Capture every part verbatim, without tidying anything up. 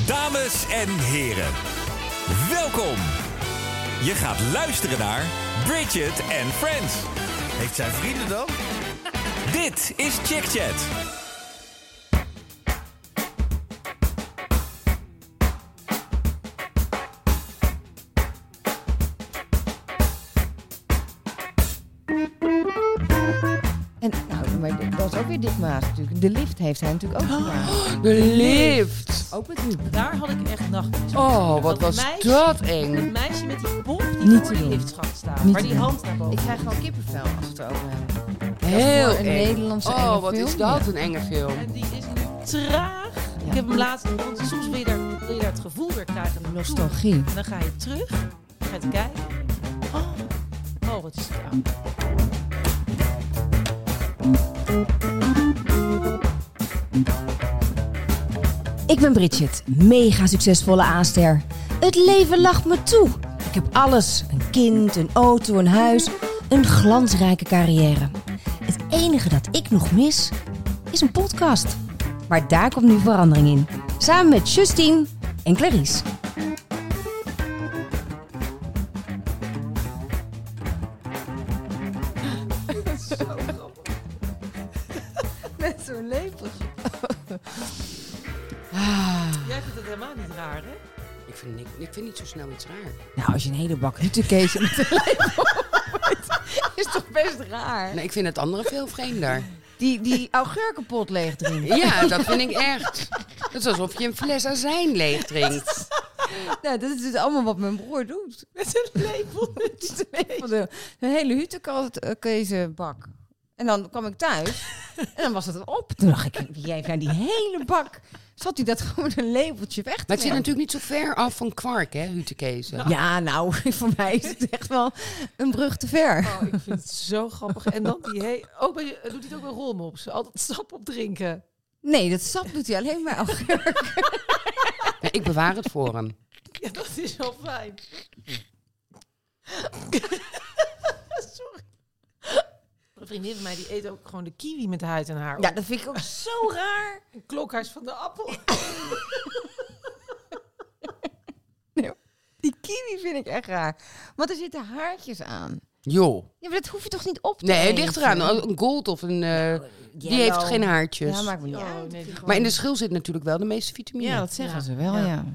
Dames en heren, welkom. Je gaat luisteren naar Bridget and Friends. Heeft zij vrienden dan? Dit is Chick Chat. En nou, maar dat is ook weer Dick Maas natuurlijk. De lift heeft hij natuurlijk ook gedaan. De lift. Ook met Ruben. Daar had ik echt nachtmerries. Oh, wat was meisje, dat Het eng. meisje met die pop die Niet voor te die doen. lift gaat staan. Niet waar te die doen. hand naar boven. Ik krijg gewoon kippenvel als we het erover hebben. Heel een eng. Nederlandse enge Oh, wat film. is dat? Ja. Een enge film. En die is nu traag. Ik heb hem laatst... Want soms wil je daar, wil je daar het gevoel weer krijgen. naartoe. Nostalgie. En dan ga je terug. Ga je te kijken. Oh, oh wat is het oud. Ik ben Bridget, mega succesvolle aanster. Het leven lacht me toe. Ik heb alles. Een kind, een auto, een huis. Een glansrijke carrière. Het enige dat ik nog mis, is een podcast. Maar daar komt nu verandering in. Samen met Justine en Clarice. Met zo'n lepeltje. Jij vindt het helemaal niet raar, hè? Ik vind, niet, ik vind niet zo snel iets raar. Nou, als je een hele bak huttenkees met een lepel eet, is toch best raar. Nee, ik vind het andere veel vreemder. Die, die augurkenpot leeg drinken. Ja, dat vind ik echt. Dat is alsof je een fles azijn leeg drinkt. Nou, dat is dus allemaal wat mijn broer doet. Met een lepel. Van de, een hele huttenkezenbak. En dan kwam ik thuis en dan was het op. Toen dacht ik, wie heeft nou die hele bak? Zat hij dat gewoon met een lepeltje weg te Maar het zit nemen? natuurlijk niet zo ver af van kwark, hè, hutekezen. Ja, nou, voor mij is het echt wel een brug te ver. Oh, ik vind het zo grappig. En dan die he- ook bij, doet hij het ook bij rolmops. Altijd sap op drinken. Nee, dat sap doet hij alleen maar augurk. Nee, ik bewaar het voor hem. Ja, dat is wel fijn. Sorry. Een vriendin van mij die eet ook gewoon de kiwi met huid en haar. Ja, dat vind ik ook zo raar. Een klokhuis van de appel. Nee, die kiwi vind ik echt raar. Want er zitten haartjes aan. Joh. Ja, maar dat hoef je toch niet op te Nee, eten? ligt eraan. Een gold of een... eh, die heeft geen haartjes. Ja, maakt me niet Oh, uit. nee, die gewoon- Maar in de schil zit natuurlijk wel de meeste vitamine. Ja, dat zeggen Ja. ze wel, ja. Ja.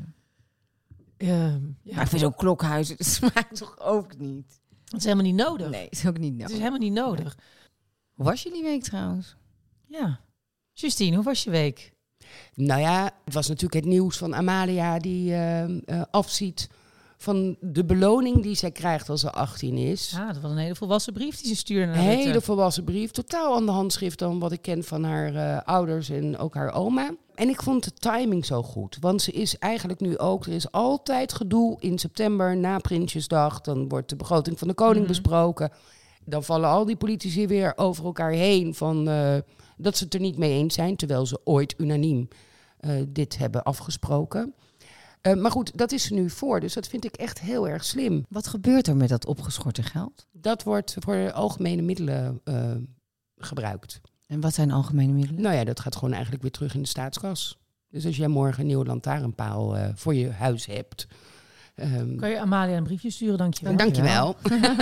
Ehm, ja, Maar ik vind zo'n klokhuis, het smaakt toch ook niet? het is helemaal niet nodig. Nee, is ook niet Het is nodig. helemaal niet nodig. Hoe was jullie week trouwens? Ja. Justine, hoe was je week? Nou ja, het was natuurlijk het nieuws van Amalia die eh, eh, afziet van de beloning die zij krijgt als ze achttien is. Ah, dat was een hele volwassen brief die ze stuurde naar Een hele Rutte. volwassen brief, totaal aan de handschrift dan wat ik ken van haar eh, ouders en ook haar oma. En ik vond de timing zo goed, want ze is eigenlijk nu ook, er is altijd gedoe in september na Prinsjesdag. Dan wordt de begroting van de koning Mhm. besproken. Dan vallen al die politici weer over elkaar heen van eh, dat ze het er niet mee eens zijn, terwijl ze ooit unaniem eh, dit hebben afgesproken. Uh, maar goed, dat is er nu voor, dus dat vind ik echt heel erg slim. Wat gebeurt er met dat opgeschorte geld? Dat wordt voor algemene middelen uh, gebruikt. En wat zijn algemene middelen? Nou ja, dat gaat gewoon eigenlijk weer terug in de staatskas. Dus als jij morgen een nieuwe lantaarnpaal uh, voor je huis hebt... Um, Kan je Amalia een briefje sturen, dankjewel. Dankjewel.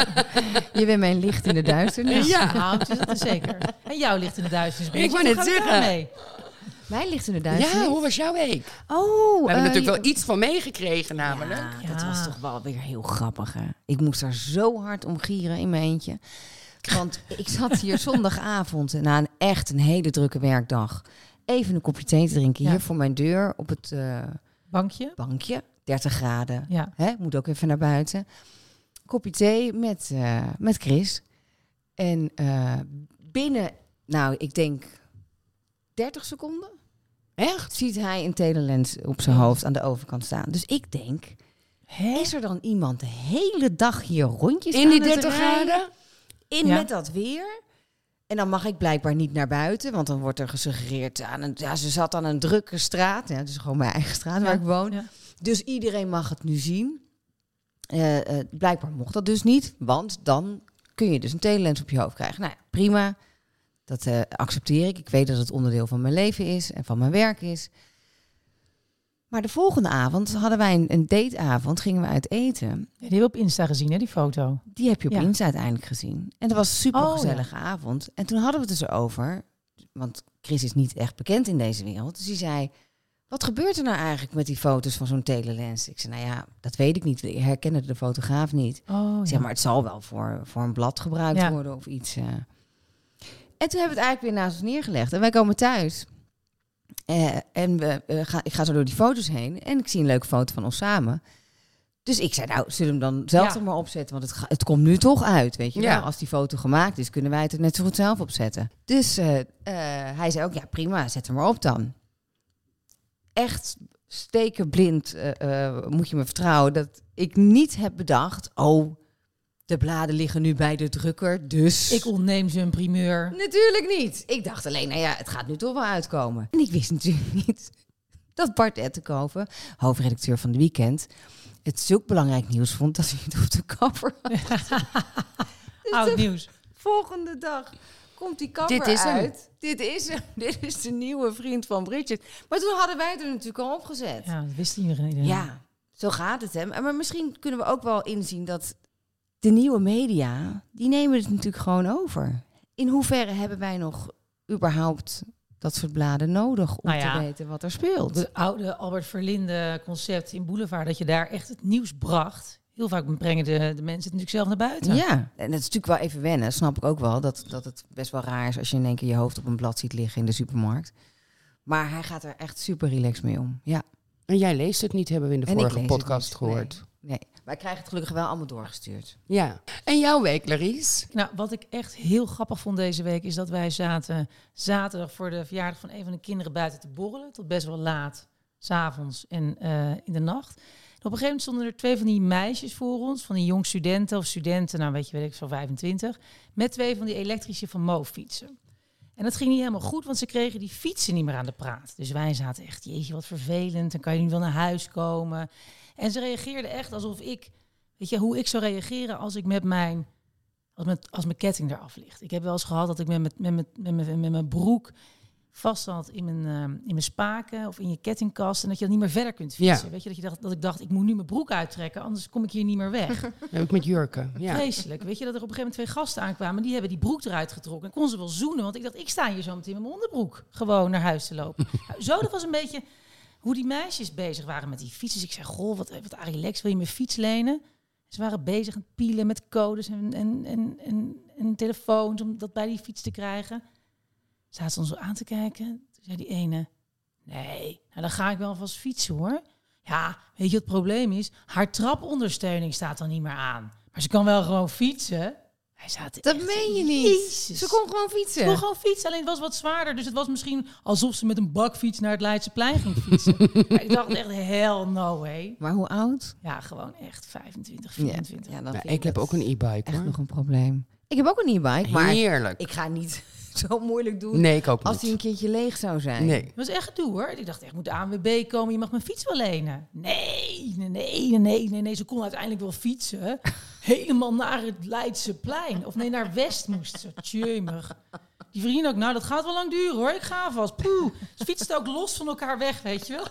Je bent mijn licht in de duisternis. Ja. Nou, het is dat is zeker. En jouw ligt in de duisternis. Ik wou net Hoe gaat het zeggen. daarmee? Mijn licht in de duisternis? Ja, hoe was jouw week? Oh, We hebben uh, natuurlijk wel iets van meegekregen namelijk. Ja, dat Ja. was toch wel weer heel grappig, hè? Ik moest daar zo hard om gieren in mijn eentje. Want ik zat hier zondagavond na een echt een hele drukke werkdag. Even een kopje thee te drinken hier Ja. voor mijn deur op het uh, Bankje? bankje. dertig graden. Ja. Hè? Moet ook even naar buiten. Kopje thee met, uh, met Chris. En uh, binnen, nou, ik denk dertig seconden... Echt? ziet hij een telelens op zijn hoofd aan de overkant staan. Dus ik denk, Hè? is er dan iemand de hele dag hier rondjes In aan die het dertig rijden? graden? In Ja. met dat weer. En dan mag ik blijkbaar niet naar buiten, want dan wordt er gesuggereerd aan een, ja, ze zat aan een drukke straat. Ja, het is gewoon mijn eigen straat waar Ja. ik woon. Ja. Dus iedereen mag het nu zien. Uh, uh, blijkbaar mocht dat dus niet, want dan kun je dus een telelens op je hoofd krijgen. Nou ja, prima. Dat uh, accepteer ik. Ik weet dat het onderdeel van mijn leven is en van mijn werk is. Maar de volgende avond hadden wij een, een dateavond, gingen we uit eten. Ja, die hebben we op Insta gezien, hè, die foto. Die heb je op Ja. Insta uiteindelijk gezien. En dat was een super Oh, gezellige avond. En toen hadden we het dus over, want Chris is niet echt bekend in deze wereld. Dus die zei, wat gebeurt er nou eigenlijk met die foto's van zo'n telelens? Ik zei, nou ja, dat weet ik niet. Ik herkende de fotograaf niet. Oh, Ik zeg, maar het zal wel voor, voor een blad gebruikt Ja. worden of iets. eh. En toen hebben we het eigenlijk weer naast ons neergelegd. En wij komen thuis. Eh, en we, eh, ga, ik ga zo door die foto's heen. En ik zie een leuke foto van ons samen. Dus ik zei, nou, zullen we hem dan zelf Ja. er maar opzetten? Want het, ga- het komt nu toch uit, weet je Ja. wel. Als die foto gemaakt is, kunnen wij het er net zo goed zelf opzetten. Dus eh, eh, hij zei ook, ja prima, zet hem maar op dan. Echt stekenblind eh, eh, moet je me vertrouwen dat ik niet heb bedacht, oh, de bladen liggen nu bij de drukker, dus... Ik ontneem ze een primeur. Natuurlijk niet. Ik dacht alleen, nou ja, het gaat nu toch wel uitkomen. En ik wist natuurlijk niet dat Bart Ettenkoven, hoofdredacteur van de Weekend, het zulk belangrijk nieuws vond dat hij het op de cover had. Dus Oud de nieuws. volgende dag komt die cover Dit is hem. uit. Dit is hem. Dit is de nieuwe vriend van Bridget. Maar toen hadden wij het er natuurlijk al opgezet. Ja, dat wist iedereen. Ja, zo gaat het hem. Maar misschien kunnen we ook wel inzien dat de nieuwe media, die nemen het natuurlijk gewoon over. In hoeverre hebben wij nog überhaupt dat soort bladen nodig om Nou ja, te weten wat er speelt? Het oude Albert Verlinde concept in Boulevard, dat je daar echt het nieuws bracht. Heel vaak brengen de, de mensen het natuurlijk zelf naar buiten. Ja, en het is natuurlijk wel even wennen, snap ik ook wel. Dat, dat het best wel raar is als je in één keer je hoofd op een blad ziet liggen in de supermarkt. Maar hij gaat er echt super relaxed mee om. Ja. En jij leest het niet, hebben we in de En ik vorige lees het podcast niet. gehoord. Nee, wij krijgen het gelukkig wel allemaal doorgestuurd. Ja. En jouw week, Laries? Nou, wat ik echt heel grappig vond deze week is dat wij zaten zaterdag voor de verjaardag van een van de kinderen buiten te borrelen. Tot best wel laat, 's avonds en uh, in de nacht. En op een gegeven moment stonden er twee van die meisjes voor ons, van die jong studenten of studenten, nou weet je, weet ik, zo vijfentwintig, met twee van die elektrische Van Moof fietsen. En dat ging niet helemaal goed, want ze kregen die fietsen niet meer aan de praat. Dus wij zaten echt, jeetje, wat vervelend, dan kan je nu wel naar huis komen. En ze reageerden echt alsof ik, weet je, hoe ik zou reageren als ik met mijn, als mijn, als mijn ketting eraf ligt. Ik heb wel eens gehad dat ik met mijn, met mijn, met mijn, met mijn broek vast zat in mijn, uh, in mijn spaken of in je kettingkast en dat je dan niet meer verder kunt fietsen. Ja. Weet je, dat je dacht, dat ik dacht, ik moet nu mijn broek uittrekken, anders kom ik hier niet meer weg. Heb ik met jurken. Ja. Vreselijk. Weet je, dat er op een gegeven moment twee gasten aankwamen, die hebben die broek eruit getrokken. En kon ze wel zoenen, want ik dacht, ik sta hier zo meteen met mijn onderbroek gewoon naar huis te lopen. Nou, zo, dat was een beetje hoe die meisjes bezig waren met die fietsers. Ik zei, goh, wat, wat Arilex, wil je mijn fiets lenen? Ze waren bezig aan het pielen met codes en, en, en, en, en telefoons om dat bij die fiets te krijgen. Zaten ze ons zo aan te kijken. Toen zei die ene, nee, nou dan ga ik wel vast fietsen hoor. Ja, weet je wat het probleem is? Haar trapondersteuning staat dan niet meer aan. Maar ze kan wel gewoon fietsen. Wij zaten Dat echt, meen je niet. Jezus. Ze kon gewoon fietsen. Ze kon gewoon fietsen, alleen het was wat zwaarder. Dus het was misschien alsof ze met een bakfiets naar het Leidseplein ging fietsen. Maar ik dacht echt, hell no way. Maar hoe oud? Ja, gewoon echt vijfentwintig, vierentwintig. Ja, dan Nou, vind ik heb dat ook een e-bike echt hoor. nog een probleem. Ik heb ook een e-bike, maar Heerlijk. ik ga niet zo moeilijk doen Nee, ik ook als die een niet. keertje leeg zou zijn. Nee. Het was echt gedoe hoor. Ik dacht echt, moet de A N W B komen, je mag mijn fiets wel lenen. Nee, nee, nee, nee, nee, nee. Ze kon uiteindelijk wel fietsen. Helemaal naar het Leidseplein. Of nee, naar West moest ze. Tjumig. Die vrienden ook, nou dat gaat wel lang duren hoor. Ik ga vast. Poeh. Ze fietsten ook los van elkaar weg, weet je wel.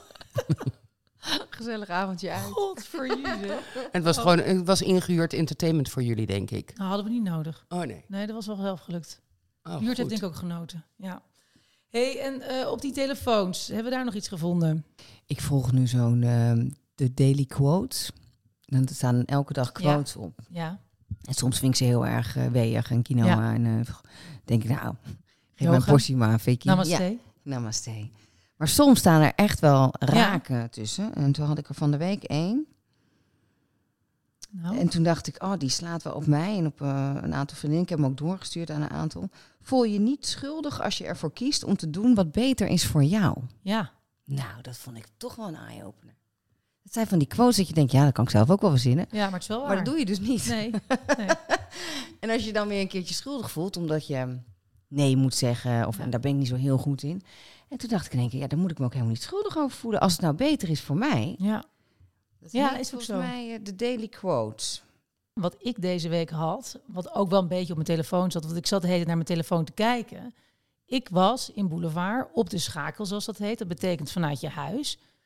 Gezellig avondje uit. God voor jullie. Het was gewoon, het was ingehuurd entertainment voor jullie, denk ik. Nou, hadden we niet nodig. Oh nee. Nee, dat was wel zelf gelukt. Oh, Buurt heeft goed. denk ik ook genoten. Ja. Hey, en uh, op die telefoons, hebben we daar nog iets gevonden? Ik volg nu zo'n uh, de daily quotes. Dan staan elke dag quotes ja. op. Ja. En soms vind ik ze heel erg uh, weeg en quinoa. Ja. En uh, denk ik, nou, geef me een portie maar, Vicky. Namaste. Ja. Namaste. Maar soms staan er echt wel raken ja. tussen. En toen had ik er van de week één. Nou. En toen dacht ik, oh, die slaat wel op mij en op uh, een aantal vriendinnen. Ik heb hem ook doorgestuurd aan een aantal. Voel je niet schuldig als je ervoor kiest om te doen wat beter is voor jou? Ja. Nou, dat vond ik toch wel een eye-opener. Het zijn van die quotes dat je denkt, ja, dat kan ik zelf ook wel verzinnen. Ja, maar het is wel waar. Maar dat doe je dus niet. Nee. nee. En als je dan weer een keertje schuldig voelt, omdat je nee moet zeggen, of ja. en daar ben ik niet zo heel goed in. En toen dacht ik in één keer, ja, daar moet ik me ook helemaal niet schuldig over voelen. Als het nou beter is voor mij. Ja. Dat ja, heet is volgens ook zo. mij uh, de daily quotes. Wat ik deze week had, wat ook wel een beetje op mijn telefoon zat, want ik zat de hele tijd naar mijn telefoon te kijken. Ik was in Boulevard op de schakel, zoals dat heet. Dat betekent vanuit je huis.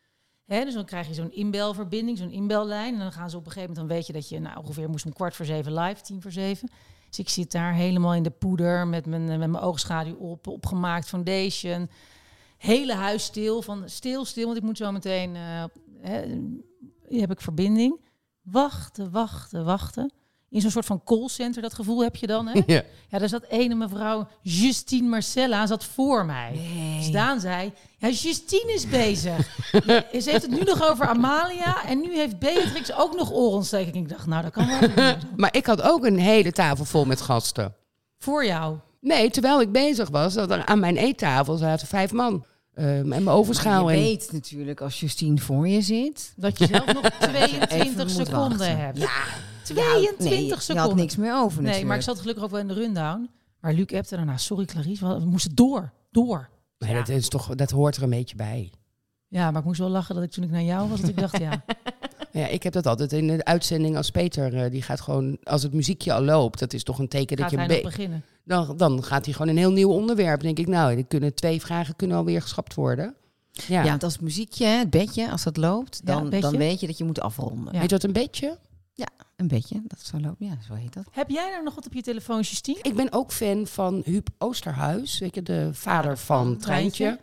Hè, dus dan krijg je zo'n inbelverbinding, zo'n inbellijn. En dan gaan ze op een gegeven moment, dan weet je dat je nou, ongeveer moest om kwart voor zeven live, tien voor zeven. Dus ik zit daar helemaal in de poeder met mijn, met mijn oogschaduw op, opgemaakt foundation. Hele huis stil, van stil, stil, want ik moet zo meteen, uh, hè, heb ik verbinding. Wachten, wachten, wachten. In zo'n soort van callcenter, dat gevoel heb je dan, hè? Ja. Ja, daar zat ene mevrouw, Justine Marcella, zat voor mij. Nee. Dus Daan zei, ja, Justine is bezig. Ja, ze heeft het nu nog over Amalia en nu heeft Beatrix ook nog oorontsteking. Ik dacht, nou, dat kan wel niet. Maar ik had ook een hele tafel vol met gasten. Voor jou. Nee, terwijl ik bezig was, dat er aan mijn eettafel zaten vijf man. Um, en mijn ovenschaal. Maar je en... weet natuurlijk, als Justine voor je zit... Dat je zelf nog even tweeëntwintig moet seconden wachten. hebt. Ja, tweeëntwintig nee, je seconden. had niks meer over natuurlijk. Nee, maar ik zat gelukkig ook wel in de rundown. Maar Luc appte daarna, sorry Clarice, we moesten door, door. Nee, Ja. dat, is toch, dat hoort er een beetje bij. Ja, maar ik moest wel lachen dat ik toen ik naar jou was, dat ik dacht, ja. Ja, ik heb dat altijd in de uitzending als Peter. Uh, die gaat gewoon, als het muziekje al loopt, dat is toch een teken Gaat dat hij je... nog Be- beginnen? dan, dan gaat hij gewoon een heel nieuw onderwerp. Dan denk ik, nou, er kunnen twee vragen kunnen alweer geschrapt worden. Ja. Ja, want als het muziekje, het bedje, als dat loopt, Ja, dan, bedje. dan weet je dat je moet afronden. Ja. Heet dat een beetje? Een bedje, dat zo loopt. Ja, zo heet dat. Heb jij nou nog wat op je telefoon, Justine? Ik ben ook fan van Huub Oosterhuis, weet je, de vader van van Treintje.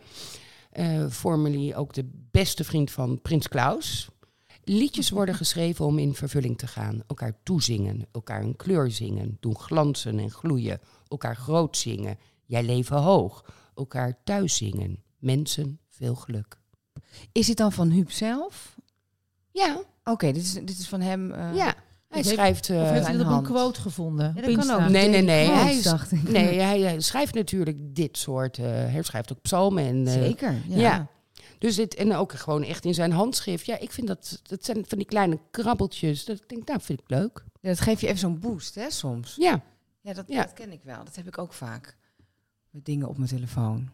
Uh, formerly ook de beste vriend van Prins Klaus. Liedjes worden geschreven om in vervulling te gaan. Elkaar toezingen, elkaar een kleur zingen, doen glanzen en gloeien. Elkaar groot zingen, jij leven hoog. Elkaar thuis zingen, mensen veel geluk. Is dit dan van Huub zelf? Ja, Oké, dit, is, dit is van hem. eh, ja. Hij heeft- schrijft... uh, Of heeft hij zijn dat op een hand. quote gevonden? Ja, Op dat kan Insta? ook. Nee, nee, nee. Quotes, Hij, is- dacht ik. nee hij, hij schrijft natuurlijk dit soort... Uh, hij schrijft ook psalmen. En, uh, Zeker, ja. ja. Dus dit, en ook gewoon echt in zijn handschrift. Ja, ik vind dat... Dat zijn van die kleine krabbeltjes. Dat ik denk, nou, vind ik leuk. Ja, dat geeft je even zo'n boost, hè, soms. Ja. Ja dat, Ja. dat ken ik wel. Dat heb ik ook vaak. Met dingen op mijn telefoon.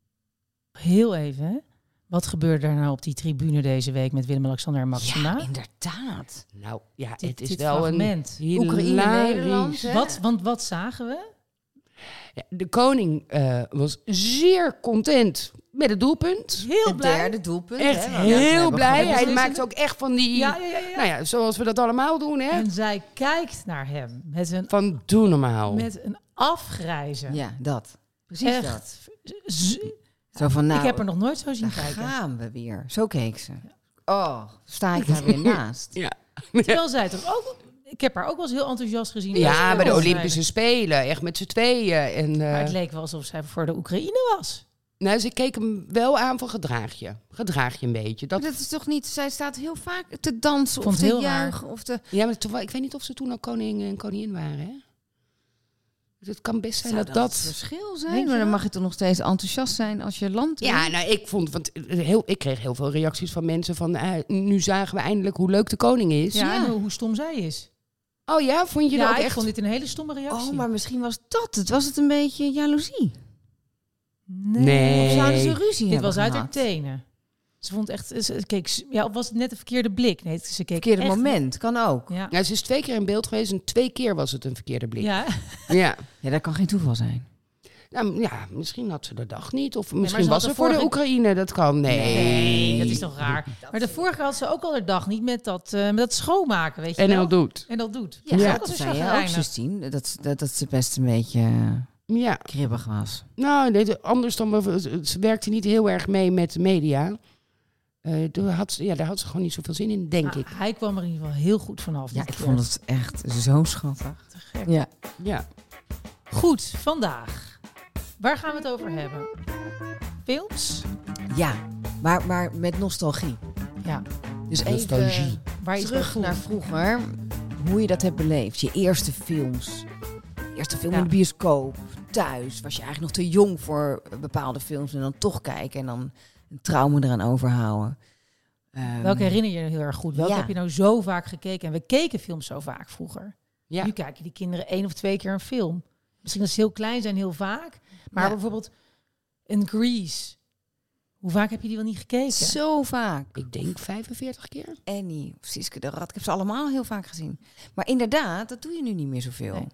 Heel even, hè? Wat gebeurde er nou op die tribune deze week met Willem-Alexander en Maxima? Ja, inderdaad. Nou, ja, Dit- het is dit wel fragment. een Oekraïne, hilarisch- Nederland, hè? Wat, want wat zagen we? Ja, de koning uh, was zeer content met het doelpunt. Heel Het blij. derde doelpunt. Echt hè, waar we het heel hebben blij. gehad. Hij is maakt een- ook echt van die... Ja, ja, ja, ja. Nou ja, zoals we dat allemaal doen, hè. En zij kijkt naar hem met een, Van doe normaal. met een afgrijzen. Ja, dat. Precies dat. Echt. Z- Zo van, nou, ik heb er nog nooit zo zien daar kijken. gaan we weer. Zo keek ze. Oh, sta ik daar weer naast. Ja. Terwijl zij toch ook... Ik heb haar ook wel eens heel enthousiast gezien. Ja, bij de Heel Olympische Spelen. Echt met z'n tweeën. En, uh, Maar het leek wel alsof zij voor de Oekraïne was. nou, ze keek hem wel aan van gedraag je. Gedraag je een beetje. Dat, Maar dat is toch niet... Zij staat heel vaak te dansen Vond of het te heel raar. juichen. Of te, ja, maar toen, ik weet niet of ze toen al koning en koningin waren, hè. Dus het kan best zijn zou dat dat dat... het verschil Denk zijn? je Maar dan dat? mag je toch nog steeds enthousiast zijn als je land Ja, wint? nou, ik vond... Want heel, ik kreeg heel veel reacties van mensen van... Uh, nu zagen we eindelijk hoe leuk de koning is. Ja, Ja. en hoe stom zij is. Oh ja, vond je Ja, dat ik echt... vond dit een hele stomme reactie. Oh, maar misschien was dat het. Was het een beetje jaloezie? Nee. Nee. Of zouden ze ruzie Dit hebben was uit haar gehad? tenen. Ze vond echt... Ze keek, ja, of was het net een verkeerde blik? Nee, ze keek Verkeerde echt- moment, kan ook. Ja. Ja, ze is twee keer in beeld geweest en twee keer was het een verkeerde blik. Ja. Ja. Ja, dat kan geen toeval zijn. Nou, ja, misschien had ze de dag niet. Of maar misschien ze was had ze de voor de vorige- Oekraïne. Dat kan. Nee. Nee, dat is toch raar. Maar de vorige had ze ook al de dag niet met dat, eh, met dat schoonmaken, weet je En wel. hij doet. En dat doet. Ja, Ja. dat Dat is zei je ook, chagrijnig. Justine. Dat, dat, dat ze best een beetje eh, Ja. kribbig was. Nou, nee, anders dan... Ze werkte niet heel erg mee met de media. Uh, daar, had ze, ja, daar had ze gewoon niet zoveel zin in, denk Nou, ik. hij kwam er in ieder geval heel goed vanaf. Ja, dit ik keer. vond het echt zo schattig. Te gek. Ja. Ja. Goed, vandaag. Waar gaan we het over hebben? Films? Ja, maar, maar met nostalgie. Ja. Dus Nostalgie. even Waar je iets bij terug voelt. naar vroeger. Hoe je dat hebt beleefd. Je eerste films. Je eerste film Ja. in de bioscoop. Thuis. Was je eigenlijk nog te jong voor bepaalde films. En dan toch kijken. En dan een trauma eraan overhouden. Um, Welke herinner je je heel erg goed? Welke ja. heb je nou zo vaak gekeken? En we keken films zo vaak vroeger. Ja. Nu kijken die kinderen één of twee keer een film. Misschien als ze heel klein zijn, heel vaak. Maar Ja. bijvoorbeeld een Grease. Hoe vaak heb je die wel niet gekeken? Zo vaak. Ik denk vijfenveertig keer. Annie, of Siske de Rat. Ik heb ze allemaal heel vaak gezien. Maar inderdaad, dat doe je nu niet meer zoveel. Nee.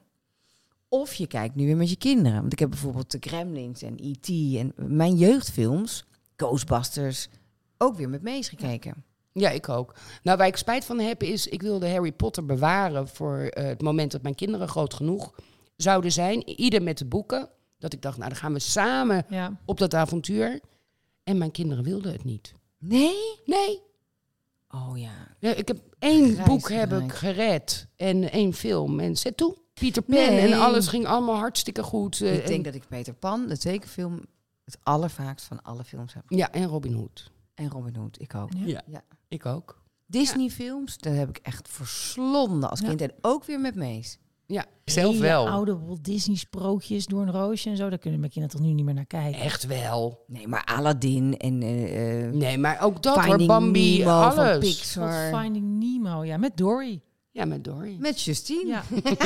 Of je kijkt nu weer met je kinderen. Want ik heb bijvoorbeeld de Gremlins en E T en mijn jeugdfilms, Ghostbusters, ook weer met mees gekeken. Ja, ik ook. Nou, waar ik spijt van heb is, ik wilde Harry Potter bewaren voor uh, het moment dat mijn kinderen groot genoeg zouden zijn. Ieder met de boeken. Dat ik dacht, nou, dan gaan we samen Ja. op dat avontuur. En mijn kinderen wilden het niet. Nee? Nee. Oh ja. Ja, ik heb één Grijs, boek heb grijs. ik gered en één film. En zet toe. Peter Pan Nee. en alles ging allemaal hartstikke goed. Uh, Ik denk en, dat ik Peter Pan, de tekenfilm, het allervaakst van alle films heb. ja, en Robin Hood. En Robin Hood, ik ook. Ja. Ja, Ja. ik ook. Disney-films, daar heb ik echt verslonden als Ja. kind. En ook weer met Mees. Ja, zelf Hele wel. oude Walt Disney sprookjes door een roosje en zo. Daar kunnen mijn kinderen toch nu niet meer naar kijken. Echt wel. Nee, maar Aladdin en uh, Nee, maar ook dat hoor, Finding Bambi, Nemo van alles. Pixar. Tot Finding Nemo, ja, met Dory. Ja, met Dory. Met Justine. Ja.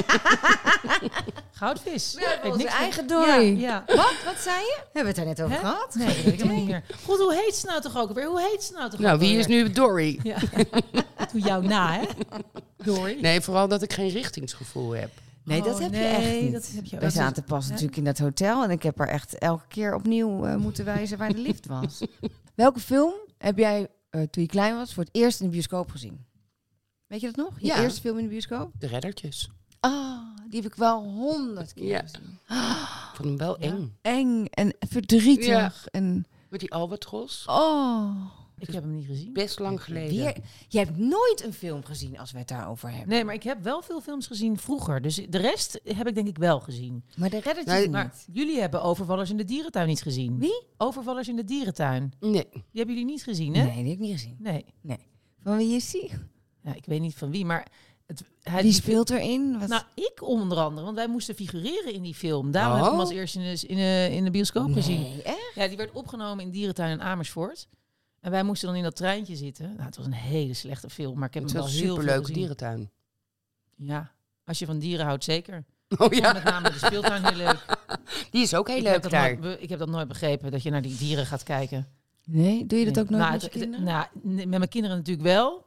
Goudvis. We hebben Weet onze niks eigen van. Dory. Ja, ja. Wat? Wat zei je? Hebben we het daar net over Hè? gehad? Nee, dat weet ik helemaal niet meer. God, hoe heet ze nou toch ook alweer? Hoe heet ze nou toch Nou, ook wie is alweer? nu Dory? Ja. Doe jou na, hè? Dory. Nee, vooral dat ik geen richtingsgevoel heb. Nee, dat Oh, heb je nee, echt niet. dat heb je ook Wij niet. zaten pas natuurlijk in dat hotel en ik heb er echt elke keer opnieuw uh, moeten wijzen waar de lift was. Welke film heb jij uh, toen je klein was voor het eerst in de bioscoop gezien? Weet je dat nog? Je Ja. eerste film in de bioscoop? De reddertjes. Ah, die heb ik wel honderd keer Ja. gezien. Ik vond hem wel Ja. eng. Eng en verdrietig Ja. en Met die albatros. oh. Ik heb hem niet gezien. Best lang geleden. Weer, je hebt nooit een film gezien als we het daarover hebben. Nee, maar ik heb wel veel films gezien vroeger. Dus de rest heb ik denk ik wel gezien. Maar de reddertjes Nee, niet. Maar jullie hebben Overvallers in de dierentuin niet gezien. Wie? Overvallers in de dierentuin. Nee. Die hebben jullie niet gezien, hè? Nee, die heb ik niet gezien. Nee. Van wie is die? Ja, ik weet niet van wie, maar... Het, hij, Wie speelt erin? Wat? Nou, ik onder andere, want wij moesten figureren in die film. Daarom heb ik hem Oh. als eerste in de, in de, in de bioscoop gezien. Nee, echt? Ja, die werd opgenomen in dierentuin in Amersfoort. En wij moesten dan in dat treintje zitten. Nou, het was een hele slechte film, maar ik heb Het hem was wel een heel veel superleuke gezien. dierentuin. Ja, als je van dieren houdt, zeker. Oh Ja. Met name de speeltuin heel leuk. Die is ook heel ik, heb leuk dat daar. nooit, be- ik heb dat nooit begrepen, dat je naar die dieren gaat kijken. Nee, doe je dat Nee. ook nooit Nou, met je het- kinderen? Nou, nee, met mijn kinderen natuurlijk wel.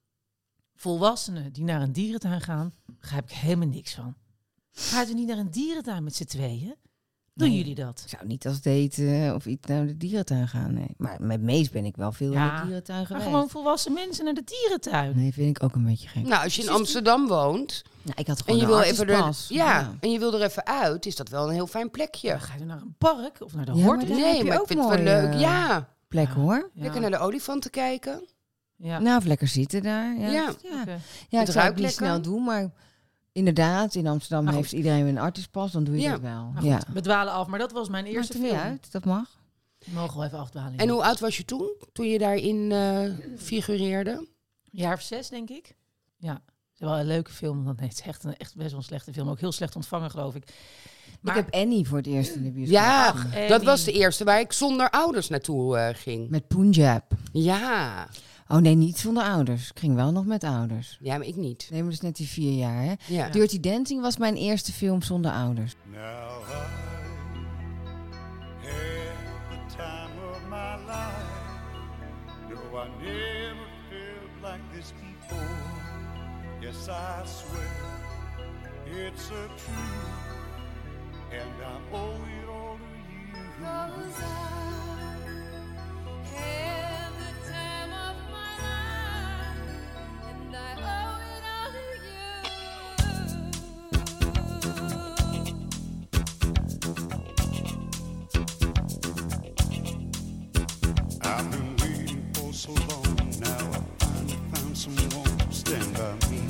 Volwassenen die naar een dierentuin gaan, begrijp ik helemaal niks van. Gaat u niet naar een dierentuin met z'n tweeën? Doen Nee. jullie dat? Ik zou niet als daten of iets naar de dierentuin gaan, nee. Maar met Mees ben ik wel veel Ja, in de dierentuin Maar geweest. gewoon volwassen mensen naar de dierentuin. Nee, vind ik ook een beetje gek. Nou, als je in Precies. Amsterdam woont Nou, ik had en gewoon je een wil even er, artsenpas. ja, en je wil er even uit, is dat wel een heel fijn plekje. Dan ga je naar een park of naar de Ja, hort. maar daar heb Nee, je maar ik ook vind het wel mooie, leuk. eh, Ja, Plek Ja. hoor. Ja. lekker naar de olifanten kijken. Ja. Nou, of lekker zitten daar. Ja, Ja. ja. Oké. ja Het ik zou het ruikt niet lekker. snel doen, maar inderdaad, in Amsterdam Maar goed. heeft iedereen een artsenpas, dan doe je Ja. dat wel. Maar ja. goed, we dwalen af, maar dat was mijn Maakt eerste er niet film. uit, dat mag. We mogen wel even afdwalen. En ja. hoe oud was je toen, toen je daarin eh figureerde? Een jaar of zes, denk ik. Ja, het is wel een leuke film. Want nee, het is echt, een, echt best wel een slechte film. Ook heel slecht ontvangen, geloof ik. Maar Ik heb Annie voor het eerst in de bioscoop Ja, gezien. en dat die- was de eerste waar ik zonder ouders naartoe eh, ging. Met Punjab. Ja. Oh nee, niet zonder ouders. Ik ging wel nog met ouders. Ja, maar ik niet. Nee, maar dus net die vier jaar, hè. Ja. Dirty Dancing was mijn eerste film zonder ouders. Now I had the time of my life. No, I never felt like this before. Yes, I swear it's a truth, and I owe it all to you. 'Cause I had the time of my life, and I owe it all to I've been waiting for so long. Now I finally found someone to stand by me.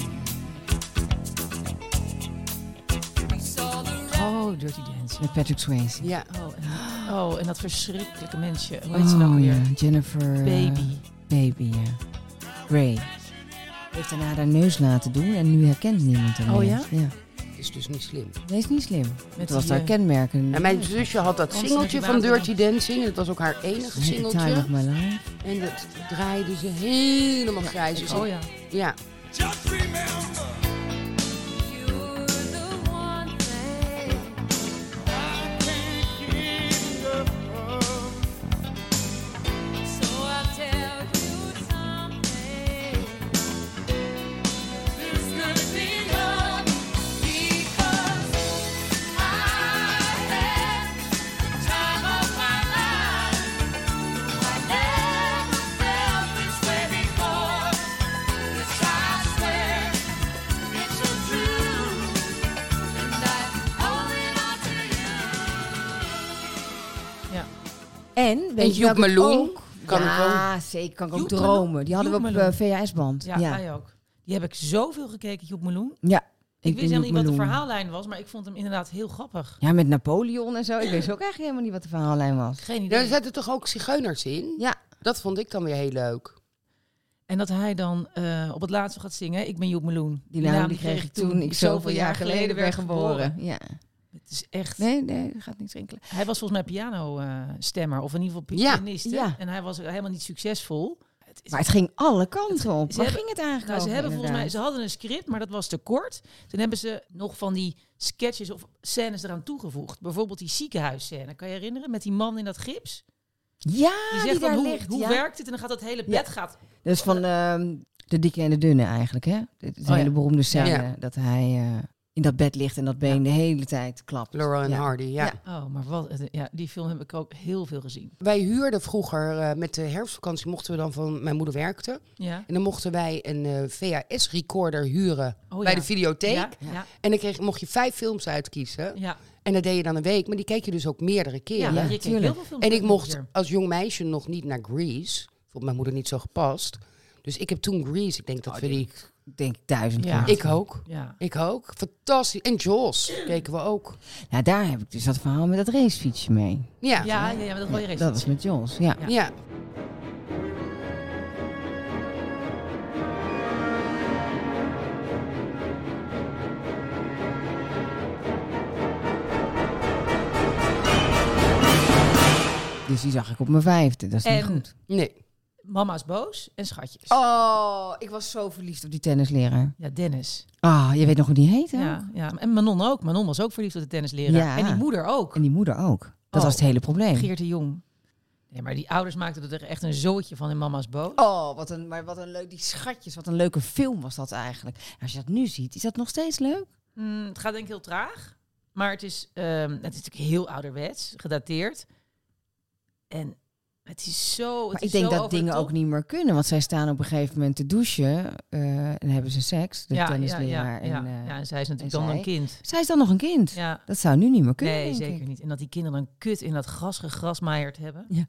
we saw the Oh, Dirty Dancing. Met Patrick Swayze. Ja. Oh en, oh, en dat verschrikkelijke mensje. Hoe heet ze nou Oh weer? ja, Jennifer... eh, Baby. Baby, ja. Gray. Heeft daarna haar neus laten doen en nu herkent niemand haar Oh neus. ja? Ja. Dat is dus niet slim. Nee, is niet slim. Het was die, haar eh, kenmerken. En mijn zusje had dat Constant singeltje van water. Dirty Dancing. Dat was ook haar enige The Time singeltje. of my life. En dat draaide ze helemaal grijs. Dus Oh ik- ja. ja. Just remember. you're the one thing. I can't get enough of. So I'll tell you something. This could be love, because I had the time of my life. I never felt this way before. En, weet En je Joep welke ik Meloen ook? kan ja, zeker. Kan ik ook Joep dromen. Meloen? Die hadden we Joep op Meloen. uh, V H S-band. Ja, Ja, wij ook. Die heb ik zoveel gekeken, Joep Meloen. ja. Ik, ben wist helemaal niet Joep wat de Meloen. verhaallijn was, maar ik vond hem inderdaad heel grappig. Ja, met Napoleon en zo. Ik wist ook eigenlijk helemaal niet wat de verhaallijn was. Geen idee. Daar zaten toch ook zigeuners in? Ja. Dat vond ik dan weer heel leuk. En dat hij dan uh, op het laatste gaat zingen, ik ben Joep Meloen. Die naam die kreeg ik toen ik zoveel jaar geleden werd geboren. Ja. Het is echt... Nee, nee, dat gaat niet rinkelen. Hij was volgens mij piano-stemmer, of in ieder geval Ja. pianist. hè? Ja. En hij was helemaal niet succesvol. Het is Maar het ging alle kanten op. Ze Waar hebben- ging het eigenlijk Nou, ze over, hebben volgens mij, inderdaad? ze hadden een script, maar dat was te kort. Toen hebben ze nog van die sketches of scènes eraan toegevoegd. Bijvoorbeeld die ziekenhuisscène. Kan je herinneren? Met die man in dat gips. Ja, Die die, zegt van, daar hoe, ligt. hoe ja. werkt het? En dan gaat dat hele Ja. bed gaat. Dat is van ehm, de dikke en de dunne eigenlijk, hè? Dit is een Oh, hele ja. beroemde scène. Ja. Dat hij uh, in dat bed ligt en dat been de hele tijd klapt. Laurel en ja. Hardy, ja. Ja. Oh, maar wat? het- Ja, die film heb ik ook heel veel gezien. Wij huurden vroeger, uh, met de herfstvakantie mochten we dan van... Mijn moeder werkte. Ja. En dan mochten wij een uh, V H S-recorder huren Oh, bij ja. de videotheek. Ja, ja, En dan kreeg, mocht je vijf films uitkiezen. ja. En dat deed je dan een week. Maar die keek je dus ook meerdere Ja, keren. je keek tuurlijk. heel veel films En ik nog een mocht keer. als jong meisje nog niet naar Grease. Vond mijn moeder niet zo gepast. Dus ik heb toen Grease. Ik denk dat Oh, we die... Ik denk duizend Ja. keer. Ik ook. Ja. Ik ook. Fantastisch. En Jaws keken we ook. Nou, daar heb ik dus dat verhaal met dat racefietsje mee. Ja. Ja, ja, ja, maar dat wil je Dat was met Jos, ja. Ja. Ja. Dus die zag ik op mijn vijfde. Dat is niet En- goed. Nee. Mama's boos en schatjes. Oh, ik was zo verliefd op die tennisleraar. Ja, Dennis. Ah, je weet nog hoe die heet, hè? Ja, ja. En Manon ook. Manon was ook verliefd op de tennisleraar. Ja. En die moeder ook. En die moeder ook. Dat Oh. was het hele probleem. Geert de Jong. Nee, maar die ouders maakten er echt een zootje van in Mama's boos. Oh, wat een, maar wat een leuk, die schatjes, wat een leuke film was dat eigenlijk. Als je dat nu ziet, is dat nog steeds leuk? Mm, het gaat denk ik heel traag. Maar het is, ehm, het is natuurlijk heel ouderwets, gedateerd. En het is zo... Het Maar is ik denk zo dat over de dingen top. ook niet meer kunnen. Want zij staan op een gegeven moment te douchen. eh, en hebben ze seks, de ja, ja, tennisleraar. ja, ja. En, eh, ja, en zij is natuurlijk en dan zij? een kind. zij is dan nog een kind. Ja. Dat zou nu niet meer kunnen, Nee, denk zeker ik. niet. En dat die kinderen dan kut in dat gras gegrasmaaieerd hebben. Ja.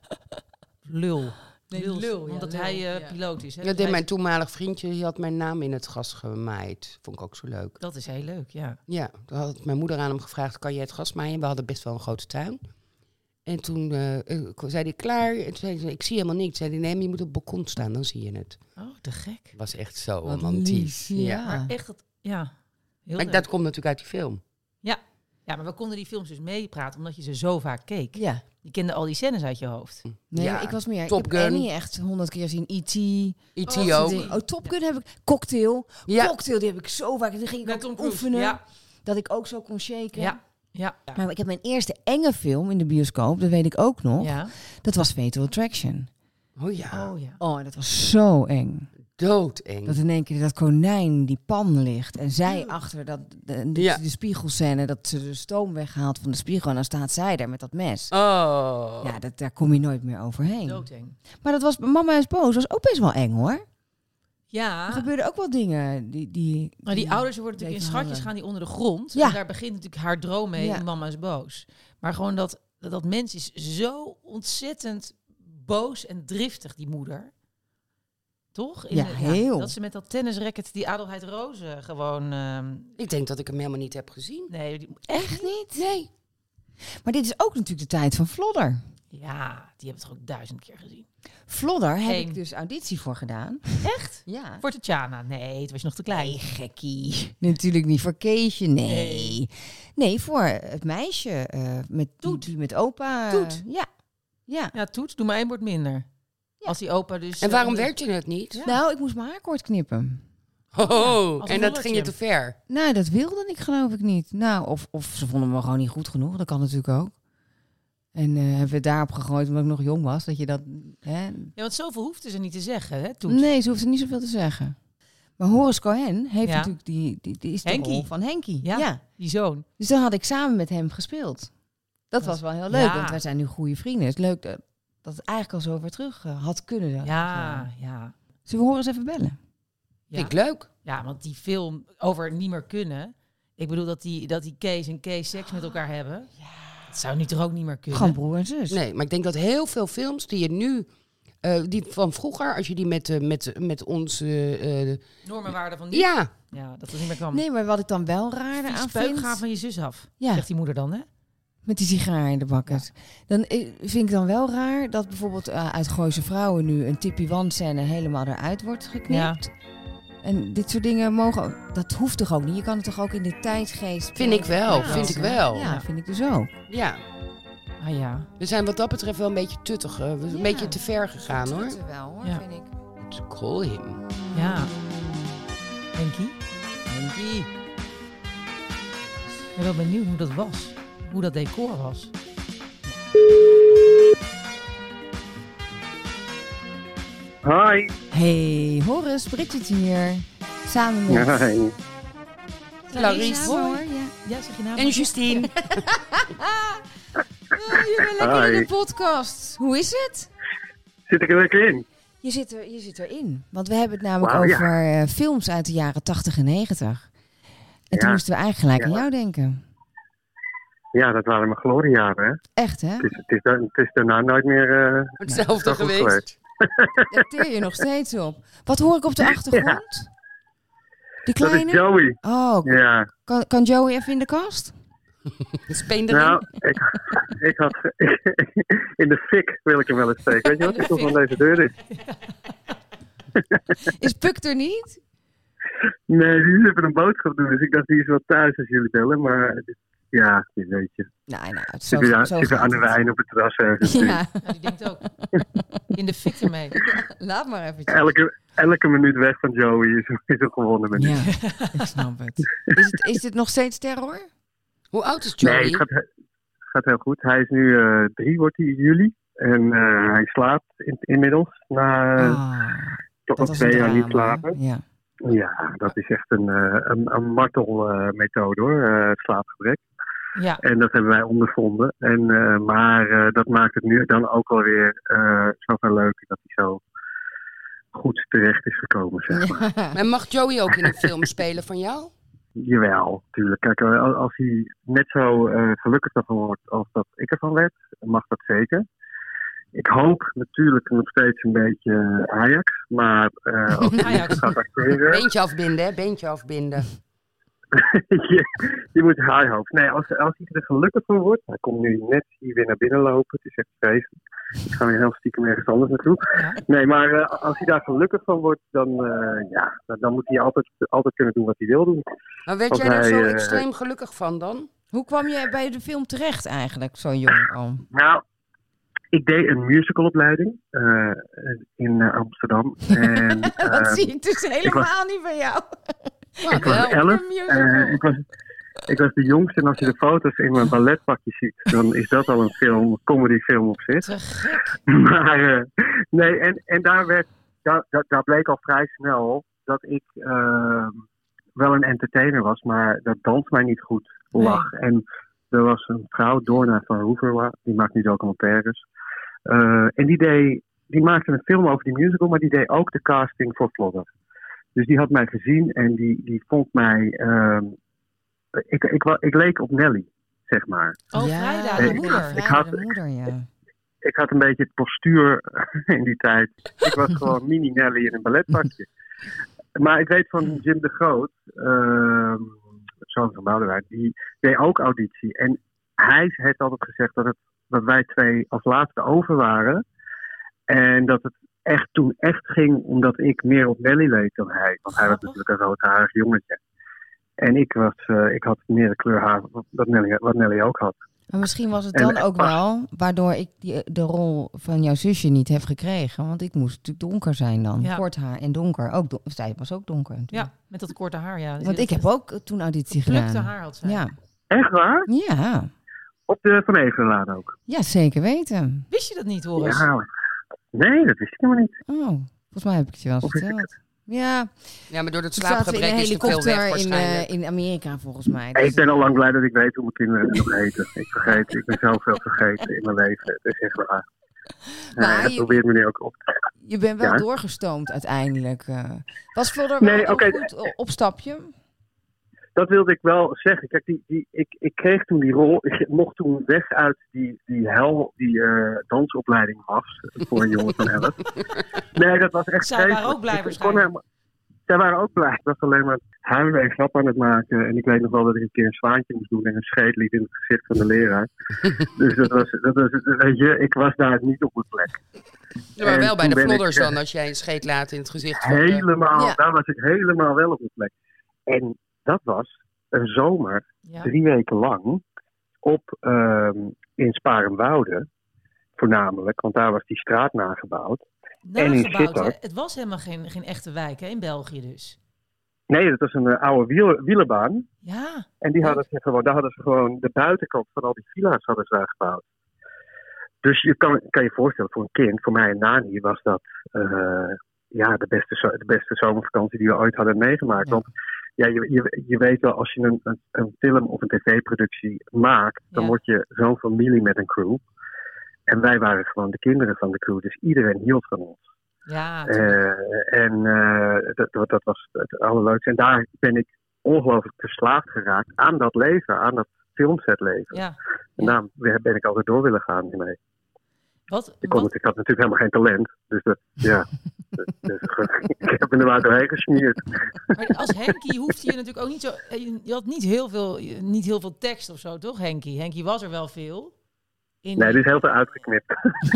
Lul. Nee, Lul, lul, ja, omdat lul, hij eh, ja. piloot is. Hè? Dat Dus deed hij- mijn toenmalig vriendje. Die had mijn naam in het gras gemaaid. Vond ik ook zo leuk. Dat is heel leuk, ja. Ja, toen had mijn moeder aan hem gevraagd, kan je het gras maaien? We hadden best wel een grote tuin. En toen uh, uh, zei hij, klaar. En toen zei hij, ik zie helemaal niks. Zei hij, nee, maar je moet op het balkon staan, dan zie je het. Oh, te gek. Het was echt zo Wat romantisch. lief, ja. Maar echt, dat, ja. Heel Maar leuk. dat komt natuurlijk uit die film. Ja. ja, maar we konden die films dus meepraten omdat je ze zo vaak keek. Ja. Je kende al die scènes uit je hoofd. Nee, Ja, ik was meer... Top ik heb Gun. Annie echt honderd keer zien. E T E T Oh, ook. die- Oh, Top Gun heb ik. Cocktail. Ja. Cocktail, die heb ik zo vaak. Die ging ik Met ook Tom Cruise. oefenen. Ja. Dat ik ook zo kon shaken. Ja. Ja. Maar ik heb mijn eerste enge film in de bioscoop, dat weet ik ook nog. Ja. Dat was Fatal Attraction. Oh ja, Oh ja. Oh, dat was zo eng. doodeng. Dat in één keer dat konijn die pan ligt. En zij achter dat, de, de, Ja. de spiegelscène, dat ze de stoom weghaalt van de spiegel. En dan staat zij daar met dat mes. Oh. Ja, dat, daar kom je nooit meer overheen. Doodeng. Maar dat was, Mama is boos, was ook best wel eng hoor. Ja. Er gebeurden ook wel dingen die... die Maar die ouders worden natuurlijk in bleven schatjes hangen. gaan die onder de grond. Ja. En daar begint natuurlijk haar droom mee. Ja. En mama is boos. Maar gewoon dat, dat, dat mens is zo ontzettend boos en driftig, die moeder. Toch? Ja, heel. Dat ze met dat tennisracket die Adelheid Rozen gewoon... ehm, Ik denk dat ik hem helemaal niet heb gezien. nee, die, Echt niet? Nee. Maar dit is ook natuurlijk de tijd van Flodder. ja, die hebben het toch ook duizend keer gezien. Flodder heb Eén. ik dus auditie voor gedaan. Echt? Ja. Voor Tatjana? Nee, het was nog te klein. Nee, gekkie. Natuurlijk niet voor Keesje, nee. Nee, voor het meisje eh, met die, Toet. die met opa. Toet. Ja. Ja. Ja, Toet, doe maar één woord minder. Ja. Als die opa dus... En waarom eh, werd je het niet? Ja. Nou, ik moest mijn haar kort knippen. Oh, als een en dat ging je rolletje. te ver. Nou, dat wilde ik geloof ik niet. Nou, of, of ze vonden me gewoon niet goed genoeg. Dat kan natuurlijk ook. En eh hebben we het daarop gegooid omdat ik nog jong was. Dat je dat... Hè? Ja, want zoveel hoefden ze niet te zeggen, hè, Toet? Nee, ze hoefde niet zoveel te zeggen. Maar Horace Cohen heeft Ja. natuurlijk die, die, die is de Henkie. rol van Henkie. Ja. Ja. Die zoon. Dus dan had ik samen met hem gespeeld. Dat Dat- was wel heel leuk, ja. want wij zijn nu goede vrienden. Het is leuk dat, dat het eigenlijk al zo ver terug eh, had kunnen. Ja, Ja. ja. Zullen we Horace even bellen? Ja. Vind ik leuk. Ja, want die film over niet meer kunnen. Ik bedoel dat die, dat die Kees en Kees seks met elkaar hebben. Ja. Dat zou nu toch ook niet meer kunnen? Gewoon broer en zus. Nee, maar ik denk dat heel veel films die je nu... Uh, die van vroeger, als je die met, uh, met, met onze... Uh, normenwaarde van nu? Ja. Ja, dat het niet meer kan. Nee, maar wat ik dan wel raar aan vind... ga van je zus af, ja. zegt die moeder dan, hè? Met die sigaar in de bakkes. Ja. Dan uh, vind ik dan wel raar dat bijvoorbeeld uh, uit Gooise Vrouwen nu een Tippie Wan-scène helemaal eruit wordt geknipt. Ja. En dit soort dingen mogen... Dat hoeft toch ook niet? Je kan het toch ook in de tijdsgeest... Vind ik wel, ja. vind ik wel. Ja, vind ik dus ook. Ja. Ah ja. We zijn wat dat betreft wel een beetje tuttig. Uh, een ja. beetje te ver gegaan, hoor. Tutten wel, hoor, ja. vind ik. To call him. Ja. Henkie? Henkie. Ik ben wel benieuwd hoe dat was. Hoe dat decor was. Hoi. Hey, Horus, Bridget hier. Samen met... Hi. Clarice. Hoor, ja. Ja, zeg je naam. En Justine. Oh, je bent lekker Hi. in de podcast. Hoe is het? Zit ik er lekker in? Je zit, er, je zit erin. Want we hebben het namelijk wow, over ja. uh, films uit de jaren tachtig en negentig. En toen ja. moesten we eigenlijk gelijk ja. aan jou denken. Ja, dat waren mijn gloriejaren, hè? Echt, hè? Het is, het is, het is daarna nooit meer... Uh, hetzelfde nee, geweest. geweest. Daar teer je nog steeds op. Wat hoor ik op de achtergrond? Ja. Die kleine? Dat is Joey. Oh, ja. kan, kan Joey even in de kast? Speen nou, ik, ik had... in de fik wil ik hem wel eens steken. Weet je wat? Ik kom van deze deur is. Is Puk er niet? Nee, die is even een boodschap doen. Dus ik dacht, die is wel thuis als jullie bellen. Maar ja, die weet je. Nou, nou, het zit weer, zit weer aan de wijn op het terras ergens. Ja. Ja, die denkt ook. In de fik ermee. Ja, laat maar eventjes. Elke, elke minuut weg van Joey is, is een gewonnen minuut. Ja, ik snap het. Is, het. is dit nog steeds terror? Hoe oud is Joey? Nee, het gaat, gaat heel goed. Hij is nu uh, drie, wordt hij in juli. En uh, hij slaapt in, inmiddels. Na uh, oh, toch nog twee jaar niet slapen. Ja. Ja, dat is echt een, uh, een, een martelmethode uh, hoor, uh, slaapgebrek. Ja. En dat hebben wij ondervonden. En, uh, maar uh, dat maakt het nu dan ook wel weer uh, zoveel leuker dat hij zo goed terecht is gekomen, zeg maar. Ja. En mag Joey ook in een film spelen van jou? Jawel, tuurlijk. Kijk, als hij net zo uh, gelukkig ervan wordt als dat ik ervan werd, mag dat zeker. Ik hoop natuurlijk nog steeds een beetje Ajax, maar uh, als hij Ajax. gaat acteren... Beentje afbinden, hè? Beentje afbinden. je, je moet high hope. Nee, als, als hij er gelukkig van wordt, hij komt nu net hier weer naar binnen lopen, het is echt vreselijk. Ik ga weer heel stiekem ergens anders naartoe. Ja. Nee, maar uh, als hij daar gelukkig van wordt, dan, uh, ja, dan, dan moet hij altijd, altijd kunnen doen wat hij wil doen. Maar werd Als jij er hij, zo uh, extreem gelukkig van dan? Hoe kwam je bij de film terecht eigenlijk, zo jong al? Nou, ik deed een musicalopleiding uh, in uh, Amsterdam. En, uh, Dat zie ik dus helemaal was, niet van jou. Ik was elf. Uh, ik, was, ik was de jongste en als je de foto's in mijn balletpakje ziet, dan is dat al een film, een comedyfilm op zich. Te gek. Maar uh, nee, en, en daar, werd, daar, daar, daar bleek al vrij snel dat ik uh, wel een entertainer was, maar dat dans mij niet goed lag. Nee. En er was een vrouw, Doorna van Roeverwa, die maakt nu documentaires. Uh, en die, deed, die maakte een film over die musical, maar die deed ook de casting voor Vlodder. Dus die had mij gezien en die, die vond mij... Uh, ik, ik, ik, ik leek op Nelly, zeg maar. Oh, ja, Vrijda, de de moeder. Ik, ik had, de moeder, ja. ik, ik had een beetje het postuur in die tijd. Ik was gewoon mini Nelly in een balletpakje. Maar ik weet van Jim de Groot, uh, zoon van Boudewijn, die deed ook auditie. En hij heeft altijd gezegd dat, het, dat wij twee als laatste over waren. En dat het echt toen echt ging omdat ik meer op Nelly leek dan hij. Want hij was natuurlijk een roodharig jongetje. En ik, was, uh, ik had meer de kleur haar wat Nelly, wat Nelly ook had. Maar misschien was het dan en, ook wel waardoor ik die, de rol van jouw zusje niet heb gekregen. Want ik moest natuurlijk donker zijn dan. Ja. Kort haar en donker. Ook don- zij was ook donker. Natuurlijk. Ja, met dat korte haar, ja. Want ik heb ook toen auditie gedaan. Geplukte haar had zij. Ja. Echt waar? Ja. Op de Van Evelenlaan ook? Ja, zeker weten. Wist je dat niet, Horus? Ja, nee, dat wist ik helemaal niet. Oh, volgens mij heb ik het je wel eens verteld. Ja. Ja, maar door het slaapgebrek is er veel weg waarschijnlijk. In, uh, in Amerika volgens mij. Dus ik ben al lang blij dat ik weet hoe mijn kinderen nog eten. Ik vergeet, ik ben zoveel vergeten in mijn leven. Het is echt waar. Maar uh, dat je, probeert me nu ook op. Je bent wel ja? doorgestoomd uiteindelijk. Uh, was Vlodder wel nee, een okay. goed opstapje? dat wilde ik wel zeggen. Kijk, die, die, ik, ik kreeg toen die rol. Ik mocht toen weg uit die, die hel, die uh, dansopleiding was. Voor een jongen van elf. Nee, dat was echt Zij waren vreselijk. ook blij Ik kon waarschijnlijk. helemaal- Zij waren ook blij. Ik was alleen maar huilen en grap aan het maken. En ik weet nog wel dat ik een keer een zwaantje moest doen en een scheet liet in het gezicht van de leraar. Dus dat was, dat was, weet je, ik was daar niet op mijn plek. Ja, maar En wel bij toen de ben ik, vlodders eh, dan, als jij een scheet laat in het gezicht van... de- Helemaal, Ja. daar was ik helemaal wel op mijn plek. En dat was een zomer, Ja. drie weken lang, op, ehm, in Sparenwoude, voornamelijk, want daar was die straat nagebouwd. En in Nagebouwd, hè? Sittard. Het was helemaal geen, geen echte wijk hè, in België dus. Nee, dat was een eh, oude wiel, wielerbaan. Ja, En die Leuk. hadden ze gewoon, daar hadden ze gewoon de buitenkant van al die villa's hadden ze daar gebouwd. Dus je kan, kan je voorstellen, voor een kind, voor mij en Nani, was dat eh, ja, de, beste, zo- de beste zomervakantie die we ooit hadden meegemaakt. Ja. Want ja, je, je, je weet wel, als je een, een, een film of een tv-productie maakt, dan Ja. word je zo'n familie met een crew. En wij waren gewoon de kinderen van de crew, dus iedereen hield van ons. ja. tuurlijk. Eh, en eh, dat, dat, dat was het allerleukste. En daar ben ik ongelooflijk verslaafd geraakt aan dat leven, aan dat filmsetleven. ja. En daarom ben ik altijd door willen gaan hiermee. Wat, Ik, kon, wat, het- ik had natuurlijk helemaal geen talent. Dus dat, ja. Dus, dus, ik heb me er maar doorheen gesmierd. maar als Henkie hoefde je natuurlijk ook niet zo... Je je had niet heel veel, niet heel veel tekst of zo, toch Henkie? Henkie was er wel veel. In Nee, die- dit is heel veel uitgeknipt.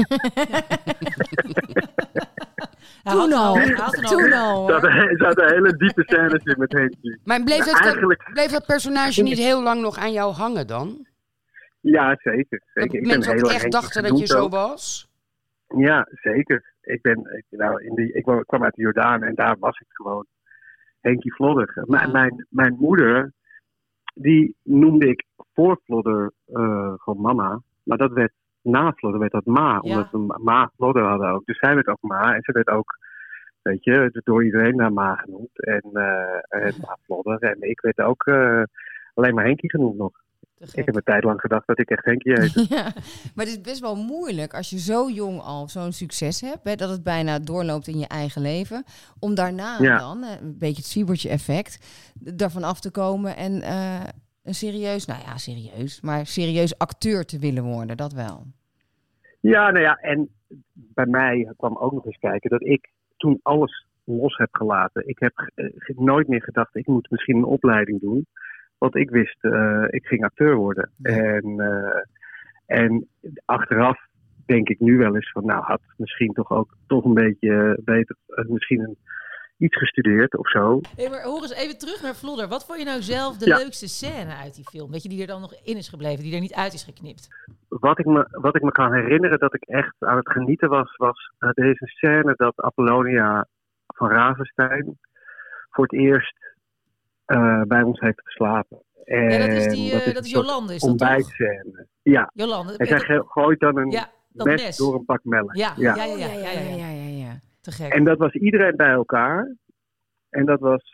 Hij Toen had al, hij had toen al- toen al. Er hoor. zaten, er zaten hele diepe scènes in met Henkie. Maar bleef Nou, dat, eigenlijk- bleef dat personage niet heel lang nog aan jou hangen dan? Ja, zeker. Dat zeker. Ik ben mensen heel ook erg echt Henkie dachten dat je genoemd zo ook. was? Ja, zeker. Ik, ben, ik, nou, in die, ik kwam- kwam uit de Jordaan en daar was ik gewoon Henkie Vlodder. M- Ja. mijn, mijn moeder, die noemde ik voor Vlodder eh, gewoon mama. Maar dat werd na Vlodder werd dat ma, Ja. omdat we ma- ma Vlodder hadden ook. Dus zij werd ook ma en ze werd ook, weet je, door iedereen naar ma genoemd. En, eh en ma Vlodder. En ik werd ook eh, alleen maar Henkie genoemd nog. Te gek. Ik heb een tijd lang gedacht dat ik echt Henkie heette. Ja, maar het is best wel moeilijk als je zo jong al zo'n succes hebt, hè, dat het bijna doorloopt in je eigen leven, om daarna Ja. dan, eh, een beetje het zwiebertje effect, daarvan af te komen en eh, een serieus, nou ja, serieus, maar serieus acteur te willen worden, dat wel. Ja, nou ja, en bij mij kwam ook nog eens kijken dat ik toen alles los heb gelaten. Ik heb eh, nooit meer gedacht, ik moet misschien een opleiding doen. Want ik wist, eh, ik ging acteur worden. En, eh, en achteraf denk ik nu wel eens van, nou had misschien toch ook toch een beetje beter, eh, misschien een, iets gestudeerd of zo. Hey, maar hoor eens even terug naar Vlodder. Wat vond je nou zelf de Ja. leukste scène uit die film? Weet je, die er dan nog in is gebleven, die er niet uit is geknipt? Wat ik, me, wat ik me kan herinneren dat ik echt aan het genieten was, was uh, er is een scène dat Apollonia van Ravenstein voor het eerst uh, bij ons heeft geslapen. En Ja, dat is, die, uh, een dat is soort Jolande, is dat toch? ontbijtscène. Ja, Jolande. en zij dat- ge- gooit dan een Ja, dat mes, mes. door een pak melk. Ja, ja, ja, ja, ja, ja, ja. ja, ja, ja. Te gek. En dat was iedereen bij elkaar. En dat was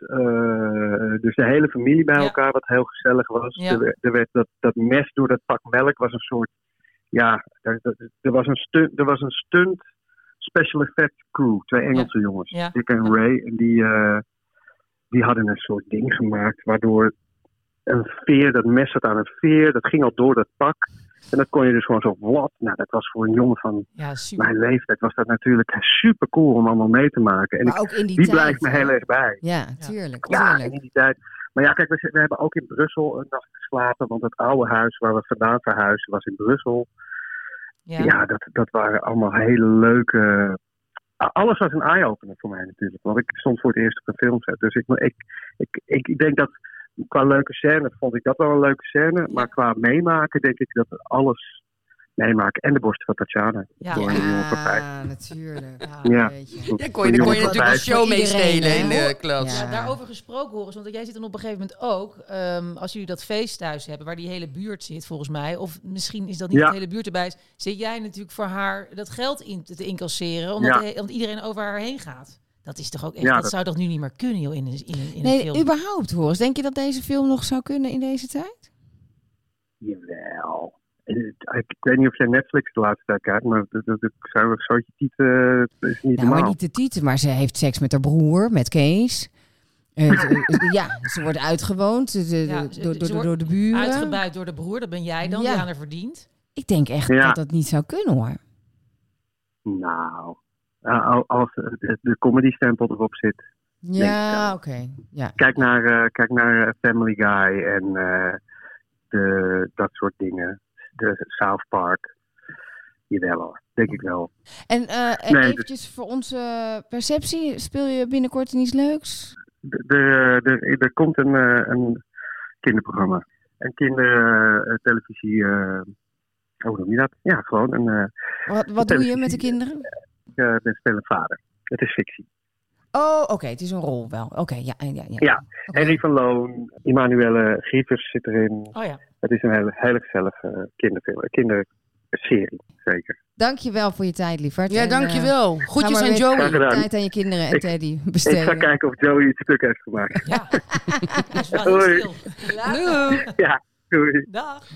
uh, dus de hele familie bij Ja. elkaar, wat heel gezellig was. Ja. Er, werd- er werd dat, dat mes door dat pak melk was een soort... Ja, er, er, er was een stunt, er was een stunt special effect crew. Twee Engelse jongens, Ja. Dick en Ray. En die, uh, die hadden een soort ding gemaakt waardoor een veer, dat mes zat aan een veer. Dat ging al door dat pak. En dat kon je dus gewoon zo vlot. Nou, dat was voor een jongen van Ja, super. mijn leeftijd was dat natuurlijk super cool om allemaal mee te maken. En Maar ik, ook in die, die tijd. blijft me hè? heel erg bij. Ja, tuurlijk, Ja, tuurlijk. in die tijd. Maar ja, kijk, we, we hebben ook in Brussel een nacht geslapen. Want het oude huis waar we vandaan verhuisden was in Brussel. Ja, Ja. dat, dat waren allemaal hele leuke... Alles was een eye-opener voor mij natuurlijk. Want ik stond voor het eerst op een filmset. Dus ik, ik, ik, ik, ik denk dat qua leuke scène vond ik dat wel een leuke scène. Maar qua meemaken denk ik dat alles meemaken. En de borsten van Tatjana. Ja. Voor een jongen van vijf. Ja, natuurlijk. Ja, Ja. weet je. Daar kon je, Voor een daar kon je jongen van natuurlijk een vijf. show mee Iedereen, stelen in hè? de klas. Ja. Ja, daarover gesproken, Horus, want jij zit dan op een gegeven moment ook, ehm, als jullie dat feest thuis hebben, waar die hele buurt zit volgens mij, of misschien is dat niet Ja. de hele buurt erbij is, zit jij natuurlijk voor haar dat geld in te, te incasseren, omdat, Ja. de- omdat iedereen over haar heen gaat. Dat is toch ook echt, Ja, dat, dat- zou toch nu niet meer kunnen, joh, in, een- in, een- in een Nee, film. überhaupt, Horus. Denk je dat deze film nog zou kunnen in deze tijd? Jawel. Ik, ik weet niet of jij Netflix de laatste tijd kijkt, maar dat, dat, dat zou een soortje tieten, dat is niet Nou, normaal. maar niet de titel, maar ze heeft seks met haar broer, met Kees. Eh, eh, ja, ze wordt uitgewoond de- de- Ja, door, ze- door, ze door, wordt door de buren. Uitgebuit door de broer, dat ben jij dan, Ja. die aan haar verdient. Ik denk echt Ja. dat dat niet zou kunnen, hoor. Nou, eh, al- als de, de comedy-stempel erop zit. Ja, oké. Ja. Kijk naar, eh, kijk naar eh, Family Guy en eh, de, dat soort dingen. De South Park. Jawel hoor, denk ik wel. En eh Nee, dus- eventjes voor onze perceptie, speel je binnenkort in iets leuks? De, de, de- er komt een, eh, een kinderprogramma. Een kindertelevisie. Uh, hoe noem je dat? Ja, gewoon een. eh, Wat, wat doe je televisie. met de kinderen? Ik ben spelend vader. Het is fictie. Oh, oké, het is een rol wel. Oké, ja, ja, ja. Ja, Oké. Henry van Loon, Immanuelle Grievers zit erin. Oh ja. Het is een hele, hele gezellige kinderfilm, kinderserie, zeker. Dankjewel voor je tijd, lieverd. Ja, En, dankjewel. eh, Groetjes ga maar aan weer Joey. Graag gedaan. tijd aan je kinderen en Ik- Teddy Ik besteden. ga kijken of Joey het stuk heeft gemaakt. Ja. Dat is wel heel Hoi. stil. Doei. Ja, doei. Dag.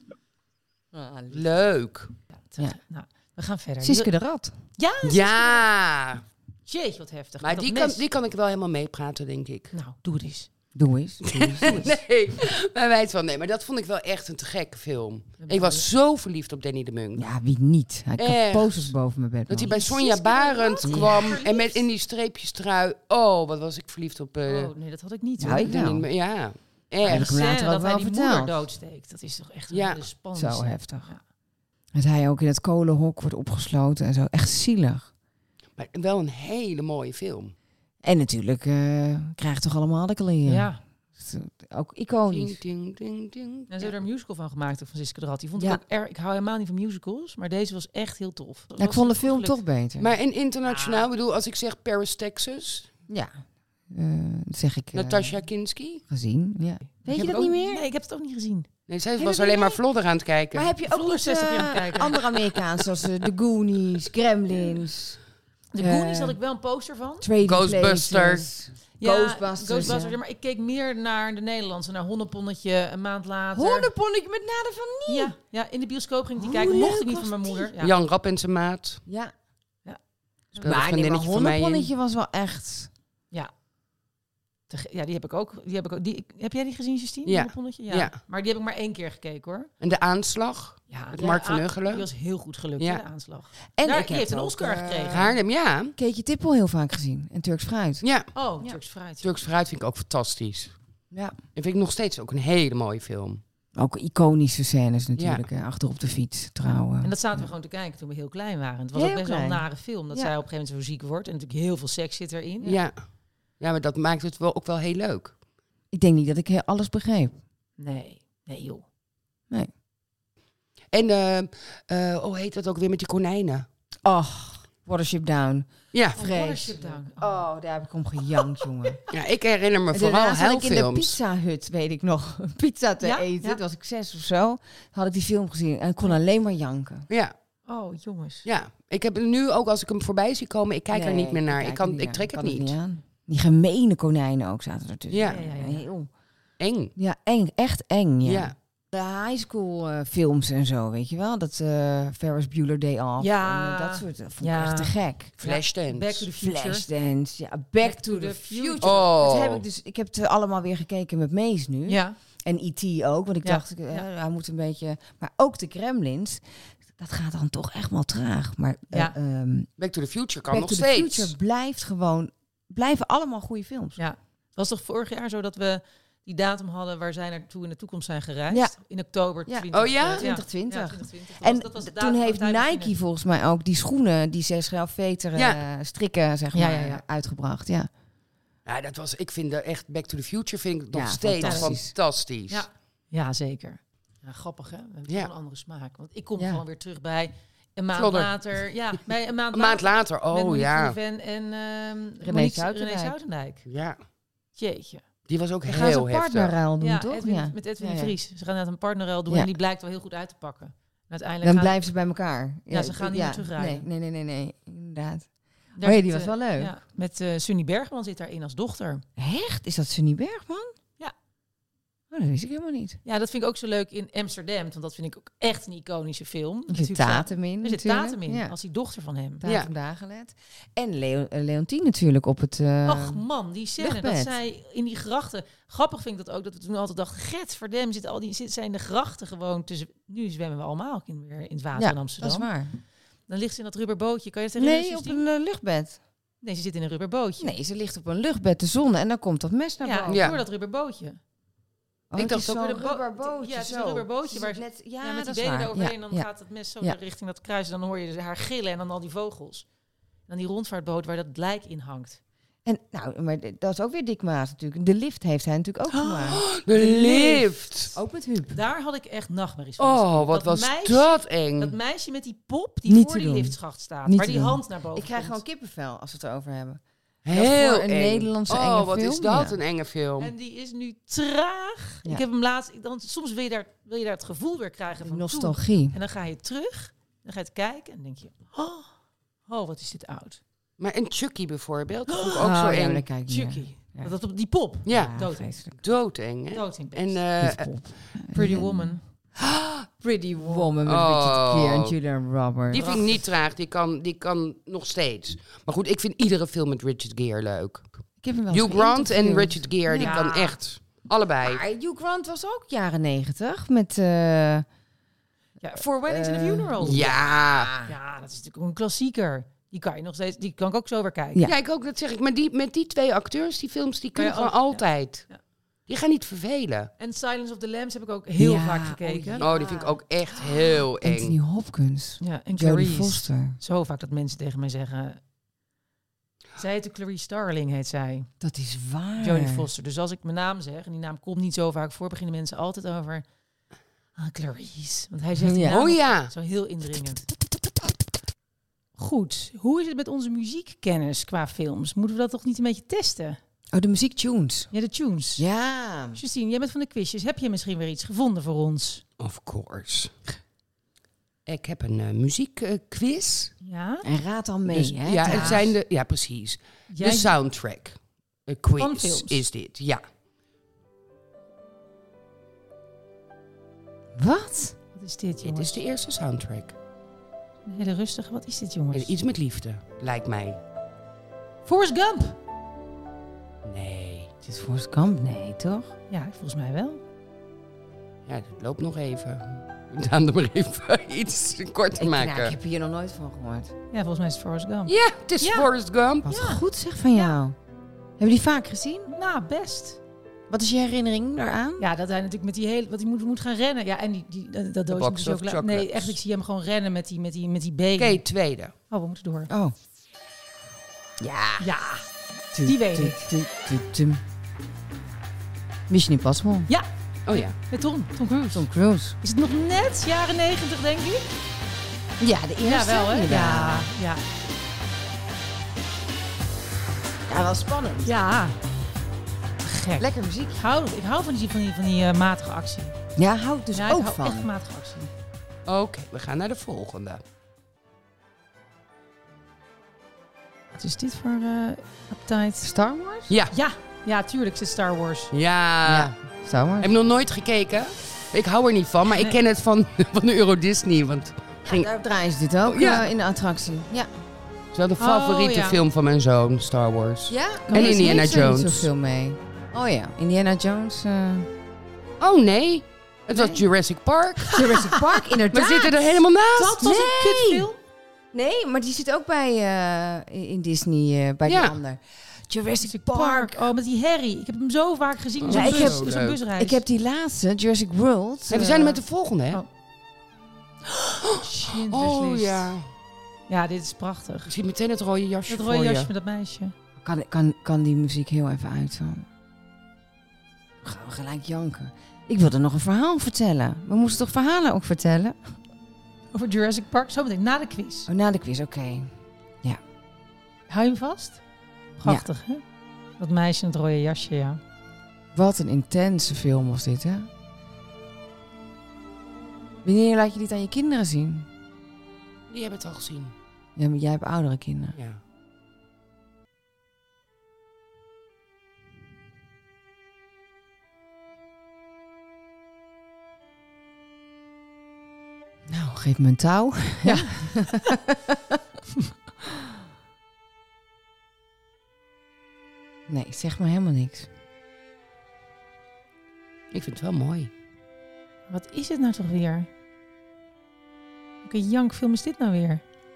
Ah, lief. Leuk. Ja. Nou, we gaan verder. Siske de Rat. Ja, Ja. jeetje, wat heftig. Maar Met die dat kan, mes. die kan ik wel helemaal meepraten, denk ik. Nou, doe het eens. Doe eens. Doe eens. Doe eens. Nee, maar weet wel. Nee, maar dat vond ik wel echt een te gekke film. Ik was zo verliefd op Danny de Munk. Ja, wie niet? Hij kan Echt. posters boven mijn bed. Dat hij man. bij Sonja Barend Ja. kwam Verliefd. en met in die streepjes trui. Oh, wat was ik verliefd op eh Oh, nee, dat had ik niet. Nou, hoor. ik Danny wel. de Munk. Ja, Heb echt. ik hem later Scène ook dat hij wel die verteld. moeder doodsteekt. Dat is toch echt een Ja. hele spannende Zo scène. heftig. Ja. Dat hij ook in het kolenhok wordt opgesloten en zo. Echt zielig. Maar wel een hele mooie film. En natuurlijk eh krijgt toch allemaal de kleren. Ja. Ook iconisch. Ding, ding, ding, ding. En ze hebben er een musical van gemaakt, ook van Siske de Rat. Die vond ik Ja. ook erg. Ik hou helemaal niet van musicals, maar deze was echt heel tof. Dat Ja, ik was vond de goed film gelukt. toch beter. Maar in internationaal, bedoel, als ik zeg Paris, Texas, ja, Eh, dat zeg ik eh, Natasha Kinski. gezien. Ja. Ik Weet heb je het dat ook- niet meer? Nee, ik heb het ook niet gezien. Nee, zij Heb was je alleen niet maar Vlodder aan het kijken. Maar heb je ook Vlodder niet zestig jaar aan het eh, kijken. andere Amerikaans zoals eh, The Goonies, Gremlins, De Eh, Goonies had ik wel een poster van. Trading Ghostbusters. Places. Ja, Ghostbusters, Ghostbusters, ja. ja, maar ik keek meer naar de Nederlandse, naar Honneponnetje een maand later. Honneponnetje met Nader van Nie. Ja, ja, in de bioscoop ging ik die Hoe kijken. Mocht leuk ik niet was van mijn die? moeder. Ja. Jan Rap en zijn maat. Ja. Ja. Speelde een Maar, nee, maar vriendinnetje van mij in. Honneponnetje was wel echt... Te ge- Ja, die heb ik ook. Die heb, ik ook die, heb jij die gezien, Justine? Ja. Honneponnetje? Ja. Ja. Maar die heb ik maar één keer gekeken, hoor. En de aanslag. Ja, Met ja, Mark van aan- Huggelen. Die was heel goed gelukt, Ja. hè, de aanslag. En Daar- ik die heb heeft een ook, Oscar eh, gekregen. Haarlem, ja. Keetje Tippel heel vaak gezien. En Turks fruit. Ja, Oh, Ja. Turks fruit. Turks Fruit vind ik ook fantastisch. Ja. En vind ik nog steeds ook een hele mooie film. Ook iconische scènes natuurlijk. hè. Achter op de fiets, trouwen. En dat zaten we gewoon te kijken toen we heel klein waren. Het was Heel ook best wel een klein. nare film. Dat Ja. zij op een gegeven moment zo ziek wordt. En natuurlijk heel veel seks zit erin. Ja. ja. maar dat maakt het wel ook wel heel leuk. Ik denk niet dat ik heel alles begreep. Nee, nee joh. En, eh eh hoe heet dat ook weer met die konijnen? Och, Watership Down. Ja, Vrees. Watership Down. Oh, daar heb ik om gejankt, jongen. ja ik herinner me En vooral daarna zat ik in de huilfilms. Pizza Hut, weet ik nog, een pizza te Ja? eten. Ja. Toen was ik zes of zo. Had ik die film gezien en ik kon alleen maar janken. Ja, Oh, jongens. ja. Ik heb hem nu ook, als ik hem voorbij zie komen, ik kijk er Nee, niet meer naar. Ik, kijk kan, er niet ik naar. trek het kan niet. aan. Die gemene konijnen ook zaten ertussen. Ja. Ja, ja, ja. Heel, Eng. ja, eng. Echt eng, ja. Ja. De high school eh, films en zo, weet je wel? Dat eh Ferris Bueller Day Off. Ja. En, eh, dat soort. Dat vond ik Ja. echt te gek. Flashdance. Back to the Future. Flashdance, ja. Back, to, the, Future. Oh. Dat heb ik dus, ik heb het allemaal weer gekeken met Mees nu. Ja. En E T ook, want ik Ja. dacht, eh, Ja. hij moet een beetje... Maar ook de Gremlins, dat gaat dan toch echt wel traag. Maar eh, Ja. ehm, Back to the Future kan Back nog to the steeds. Future blijft gewoon... Blijven allemaal goede films. Ja. Het was toch vorig jaar zo dat we die datum hadden waar zij naartoe in de toekomst zijn gereisd? Ja. In oktober Ja. twintig, Oh ja? eh, twintig twintig. Ja, twintig twintig. Dat En was- dat was de d- datum toen van heeft het Nike tijdmachine. volgens mij ook die schoenen, die zes veteren Ja. eh, strikken, zeg Ja, maar, ja, ja. uitgebracht. Ja. Ja, dat was, ik vind de, echt Back to the Future vind ik nog Ja, steeds fantastisch. fantastisch. Ja. Ja, zeker. Ja, grappig hè? We hebben Ja. gewoon een andere smaak. Want ik kom Ja. gewoon weer terug bij een maand Vlodder. later. Ja, bij een maand Een maand later. later, met oh Monique ja. Van Ven en ehm René Monique- Zoutendijk. René Zoutendijk. Ja, Jeetje. die was ook Dan gaan ze heel een heftig. partnerruil doen, Ja, toch? Edwin, ja. met Edwin Ja, de ja. Vries. Ze gaan net een partnerruil doen Ja. en die blijkt wel heel goed uit te pakken. En uiteindelijk Dan gaan- blijven ze bij elkaar. Ja, ze gaan niet meer terugrijden. Nee, nee, nee, nee, nee, inderdaad. daar Oh ja, die zit, was eh, wel leuk. Ja, met eh Sunny Bergman zit daarin als dochter. Echt? Is dat Sunny Bergman? Ja. Oh, dat wist ik helemaal niet. Ja, dat vind ik ook zo leuk in Amsterdam. Want dat vind ik ook echt een iconische film. Er zit Natuurlijk zo- Tatum in. Er zit natuurlijk. Tatum in, Ja. als die dochter van hem. Tatum Ja. Dagelet. En Leo, uh, Leontien natuurlijk op het... Uh, Och man, die scène, dat luchtbed. zij in die grachten... Grappig vind ik dat ook, dat we toen altijd dachten... Gert, voor dem zitten al die zit, zijn de grachten gewoon tussen... Nu zwemmen we allemaal in, weer in het water ja, in Amsterdam. dat is waar. Dan ligt ze in dat rubberbootje. Kan je het herinneren? Nee, op Justine? een uh, luchtbed. Nee, ze zit in een rubberbootje. Nee, ze ligt op een luchtbed de zon en dan komt dat mes naar Ja, boven. Ja. door dat rubberbootje. Oh, Ik het dacht is ook zo'n door de bo- rubberbootje. Ja, het is zo. een rubberbootje Ze waar zit ze- net, Ja, ja, met dat die is benen waar. eroverheen. Ja, En dan ja. gaat het mes zo Ja. weer richting dat kruis. En dan hoor je dus haar gillen en dan al die vogels. En dan die rondvaartboot waar dat lijk in hangt. En nou, maar d- dat is ook weer Dick Maas natuurlijk. De lift heeft hij natuurlijk ook gemaakt. De lift. Ook met Huub. Daar had ik echt nachtmerries van. Oh, wat Dat was meisje- dat eng. Dat meisje met die pop die Niet voor te die doen. liftschacht staat. Niet waar te die doen. hand naar boven Ik krijg komt. gewoon kippenvel als we het erover hebben. Heel voor een eng. Nederlandse oh, enge wat film, is dat ja. een enge film. En die is nu traag. Ja. Ik heb hem laatst... ik- Dan, soms wil je, daar, wil je daar het gevoel weer krijgen van toen. Nostalgie. En dan ga je terug. Dan ga je het kijken. En dan denk je... Oh, oh wat is dit oud. Maar en Chucky bijvoorbeeld, dat vond ik ook Oh, zo ja, eng. maar dan kijk ik niet Chucky. naar. Ja. Dat op die pop. Ja, Dood. vreselijk. doodeng. Hè? Doodeng. En eh, Niet pop. Pretty Woman. Pretty Woman met Oh. Richard Gere en Julia Roberts. die vind ik niet traag, die kan, die kan nog steeds. Maar goed, ik vind iedere film met Richard Gere leuk. Ik heb hem wel eens Hugh Grant en geïnterviewd. Richard Gere, die Ja. kan echt. Allebei. Maar Hugh Grant was ook jaren negentig met... eh, Ja, For Weddings and a Eh, Funeral. Ja. Ja, dat is natuurlijk een klassieker. Die kan je nog steeds... Die kan ik ook zo weer kijken. Ja. Ja, ik ook, dat zeg ik. Maar die, met die twee acteurs, die films, die kunnen Kan je gewoon ook- altijd. Ja. Die gaan niet vervelen. En Silence of the Lambs heb ik ook heel Ja, vaak gekeken. oh ja. Oh, die vind ik ook echt heel Anthony eng. Hopkins. en Jodie Clarice. Foster. Zo vaak dat mensen tegen mij zeggen... Zij heet de Clarice Starling, heet zij. Dat is waar. Jodie Foster. Dus als ik mijn naam zeg, en die naam komt niet zo vaak voor, beginnen mensen altijd over... Ah, Clarice. Want hij zegt die Ja. naam Oh ja. zo heel indringend. Goed. Hoe is het met onze muziekkennis qua films? Moeten we dat toch niet een beetje testen? Oh, de muziektunes. Ja, de tunes. Ja. Justine, jij bent van de quizjes. Heb je misschien weer iets gevonden voor ons? Of course. Ik heb een uh, muziekquiz. Ja? En raad dan mee, Dus, hè? ja, thuis. het zijn de, ja, precies. Jij- De soundtrack. Een Van quiz films. is dit, ja. Wat? Wat is dit, Dit jongens? is de eerste soundtrack. Een hele rustige. Wat is dit, jongens? En iets met liefde, lijkt mij. Forrest Gump. Nee. Dit is Forrest Gump? Nee, toch? Ja, volgens mij wel. Ja, dat loopt nog even. We gaan er maar even iets kort te Ik, maken. nou, ik heb hier nog nooit van gehoord. Ja, volgens mij is het Forrest Gump. Ja, het is Ja. Forrest Gump. Wat goed zeg van jou. Hebben we die vaak gezien? Nou, best. Wat is je herinnering daaraan? Ja, dat hij natuurlijk met die hele... Wat hij moet, moet gaan rennen. Ja, en die, die, dat, dat doosje met box die of chocola. chocolates. Nee, echt, ik zie hem gewoon rennen met die, met die, met die Oké, benen. tweede. Oh, we moeten door. Oh. Ja. Ja. Tu- Die weet tu- ik. tu- tu- tu- Mission Impossible. Ja, Oh ja. met Tom. Tom Cruise. Tom Cruise. Is het nog net jaren negentig, denk ik? Ja, de eerste. Ja, wel, hè? Ja. Ja, ja. Ja, wel spannend. Ja. Gek. Lekker muziek. Ik hou, ik hou van die, van die, van die eh, matige actie. Ja, hou ik dus ja, ik ook hou van. echt van matige actie. Oké, we gaan naar de volgende. Wat is dit voor uh, uptight? Star Wars? Ja. Ja, ja, tuurlijk is het Star Wars. Ja. Ja, Star Wars. Heb je nog nooit gekeken? Ik hou er niet van, maar ik Nee. ken het van, van de Euro Disney. Want ging, Daar draaien ze dit ook Ja. eh, in de attractie. Ja. het is wel de favoriete Oh, ja. film van mijn zoon, Star Wars. Ja? En Indiana heeft er niet Jones. zoveel mee. Oh ja, Indiana Jones. eh, Oh nee, het Nee. was Jurassic Park. Jurassic Park, inderdaad. We zitten er helemaal naast. Dat was een kutfilm. Nee, maar die zit ook bij uh, in Disney, uh, bij Ja. die ander. Jurassic Park. Park. Oh, met die Harry. Ik heb hem zo vaak gezien. Oh, Zo'n Ja, ik bus, heb- zo'n leuk. busreis. Ik heb die laatste, Jurassic World. En we eh, zijn er met de volgende, hè? Oh. Schindler's Oh List. ja. Ja, dit is prachtig. Ik zie meteen het rode jasje Dat voor rode jasje je. met dat meisje. Kan, kan, kan die muziek heel even uit dan? Gaan we gelijk janken. Ik wilde nog een verhaal vertellen. We moesten toch verhalen ook vertellen? Over Jurassic Park. Zometeen na de quiz. Oh, na de quiz, oké. Hou je hem vast? Prachtig, hè? Dat meisje in het rode jasje, ja. Wat een intense film was dit, hè? Wanneer laat je dit aan je kinderen zien? Die hebben het al gezien. Ja, maar jij hebt oudere kinderen. Ja. geef me een touw. Ja. Nee, zeg maar helemaal niks. Ik vind het wel mooi. Wat is het nou toch weer? Welke jankfilm is dit nou weer?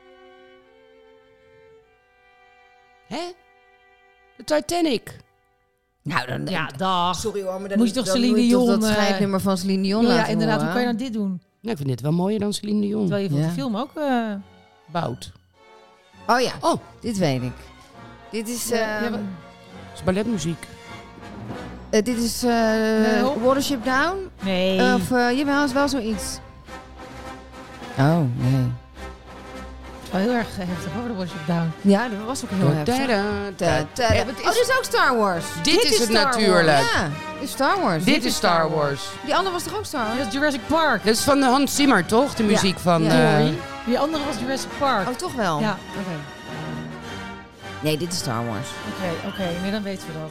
Hè? De Titanic. Nou, dan... Ja, dag. Sorry hoor, maar dan Moet je toch dan Celine moet je toch Dion, dat eh, schrijfnummer van Celine Dion Ja, laten inderdaad. Hoe horen? kan je nou dit doen? Nou, ik vind dit wel mooier dan Celine Dion. Terwijl je vond Ja. de film ook... eh Bout. Oh ja, Oh, dit weet ik. Dit is... Ja, ehm, ja, wat- dat is balletmuziek. eh, dit is eh Nee. Watership Down? nee. Of, uh, jawel, is wel zoiets. Oh, nee. wel heel erg heftig hoor, de Worship Down. Ja, dat was ook heel heftig. Tada, Ta- ta- Ja, het is- Oh, dit is ook Star Wars. Dit is het natuurlijk. Ja, dit is Star Wars. Dit is Star Wars. Die andere was toch ook Star Wars? Dat is Jurassic Park. Dat is van Hans Zimmer, toch? De muziek van... Ja. eh, Sorry. Die andere was Jurassic Park. Oh, toch wel? Ja. Oké. Nee, dit is Star Wars. Oké, oké. Nee, dan weten we dat.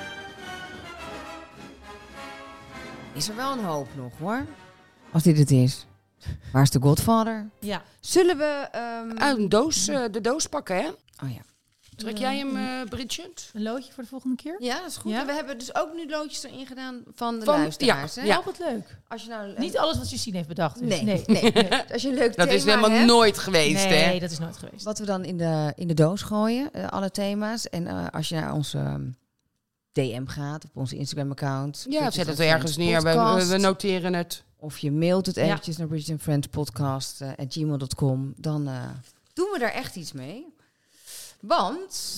Is er wel een hoop nog, hoor. Als dit het is. Waar is de Godfather? Ja. Zullen we... ehm, ah, een doos, eh, de doos pakken, hè? Oh ja. Trek jij hem, eh, Bridget? Een loodje voor de volgende keer? Ja, dat is goed. Ja? En we hebben dus ook nu loodjes erin gedaan van de Van- luisteraars. ja, hè? ja. Oh, wat leuk. Als je nou... Niet alles wat Justine heeft bedacht. Dus. Nee, Nee. nee. Als je een leuk Dat thema is helemaal hebt, nooit geweest, Nee, hè? dat is nooit geweest. wat we dan in de, in de doos gooien, eh, alle thema's. En eh, als je naar onze ehm, D M gaat, op onze Instagram-account. Ja, Bridget zet het and ergens Friends neer. We, we, podcast. we noteren het. Of je mailt het Ja. eventjes naar Bridget and Friends podcast eh, at gmail dot com. Dan eh, doen we daar echt iets mee. Want...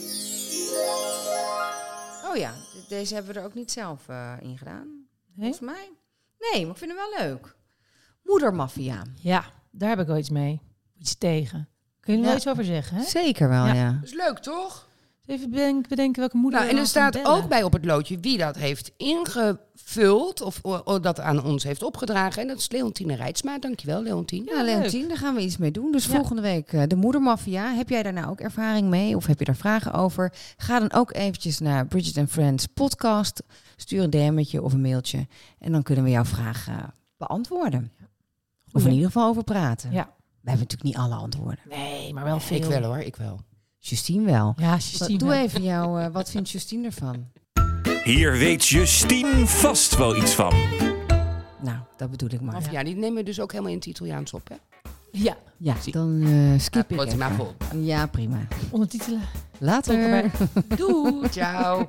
Oh ja, de- deze hebben we er ook niet zelf eh in gedaan. Nee? Volgens mij. Nee, maar ik vind hem wel leuk. Moedermafia. Ja, daar heb ik wel iets mee. Iets tegen. Kun je er Ja. wel iets over zeggen? Hè? Zeker wel, ja. Ja. Dat is leuk, toch? Even bedenken, bedenken welke moeder Nou, we en er dan gaan staat bellen. ook bij op het loodje wie dat heeft ingevuld. Of, o- o- dat aan ons heeft opgedragen. En dat is Leontine Rijtsma. Dankjewel, Leontine. Ja, Leontien, daar gaan we iets mee doen. Dus Ja. volgende week eh, de moedermafia. Heb jij daar nou ook ervaring mee? Of heb je daar vragen over? Ga dan ook eventjes naar Bridget and Friends podcast. Stuur een D M'tje of een mailtje. En dan kunnen we jouw vraag eh, beantwoorden. Of in ieder geval over praten. Ja. We hebben natuurlijk niet alle antwoorden. Nee, maar wel veel. Ik wel hoor, ik wel. Justine wel. Ja, Justine. Doe even jou, eh, wat vindt Justine ervan? Hier weet Justine vast wel iets van. Nou, dat bedoel ik maar. Of ja, die nemen we dus ook helemaal in het Italiaans op, hè? Ja, Ja, dan eh, skip ik Wordt hij maar even. vol. Ja, prima. ondertitelen. Later. Erbij. Doei, ciao.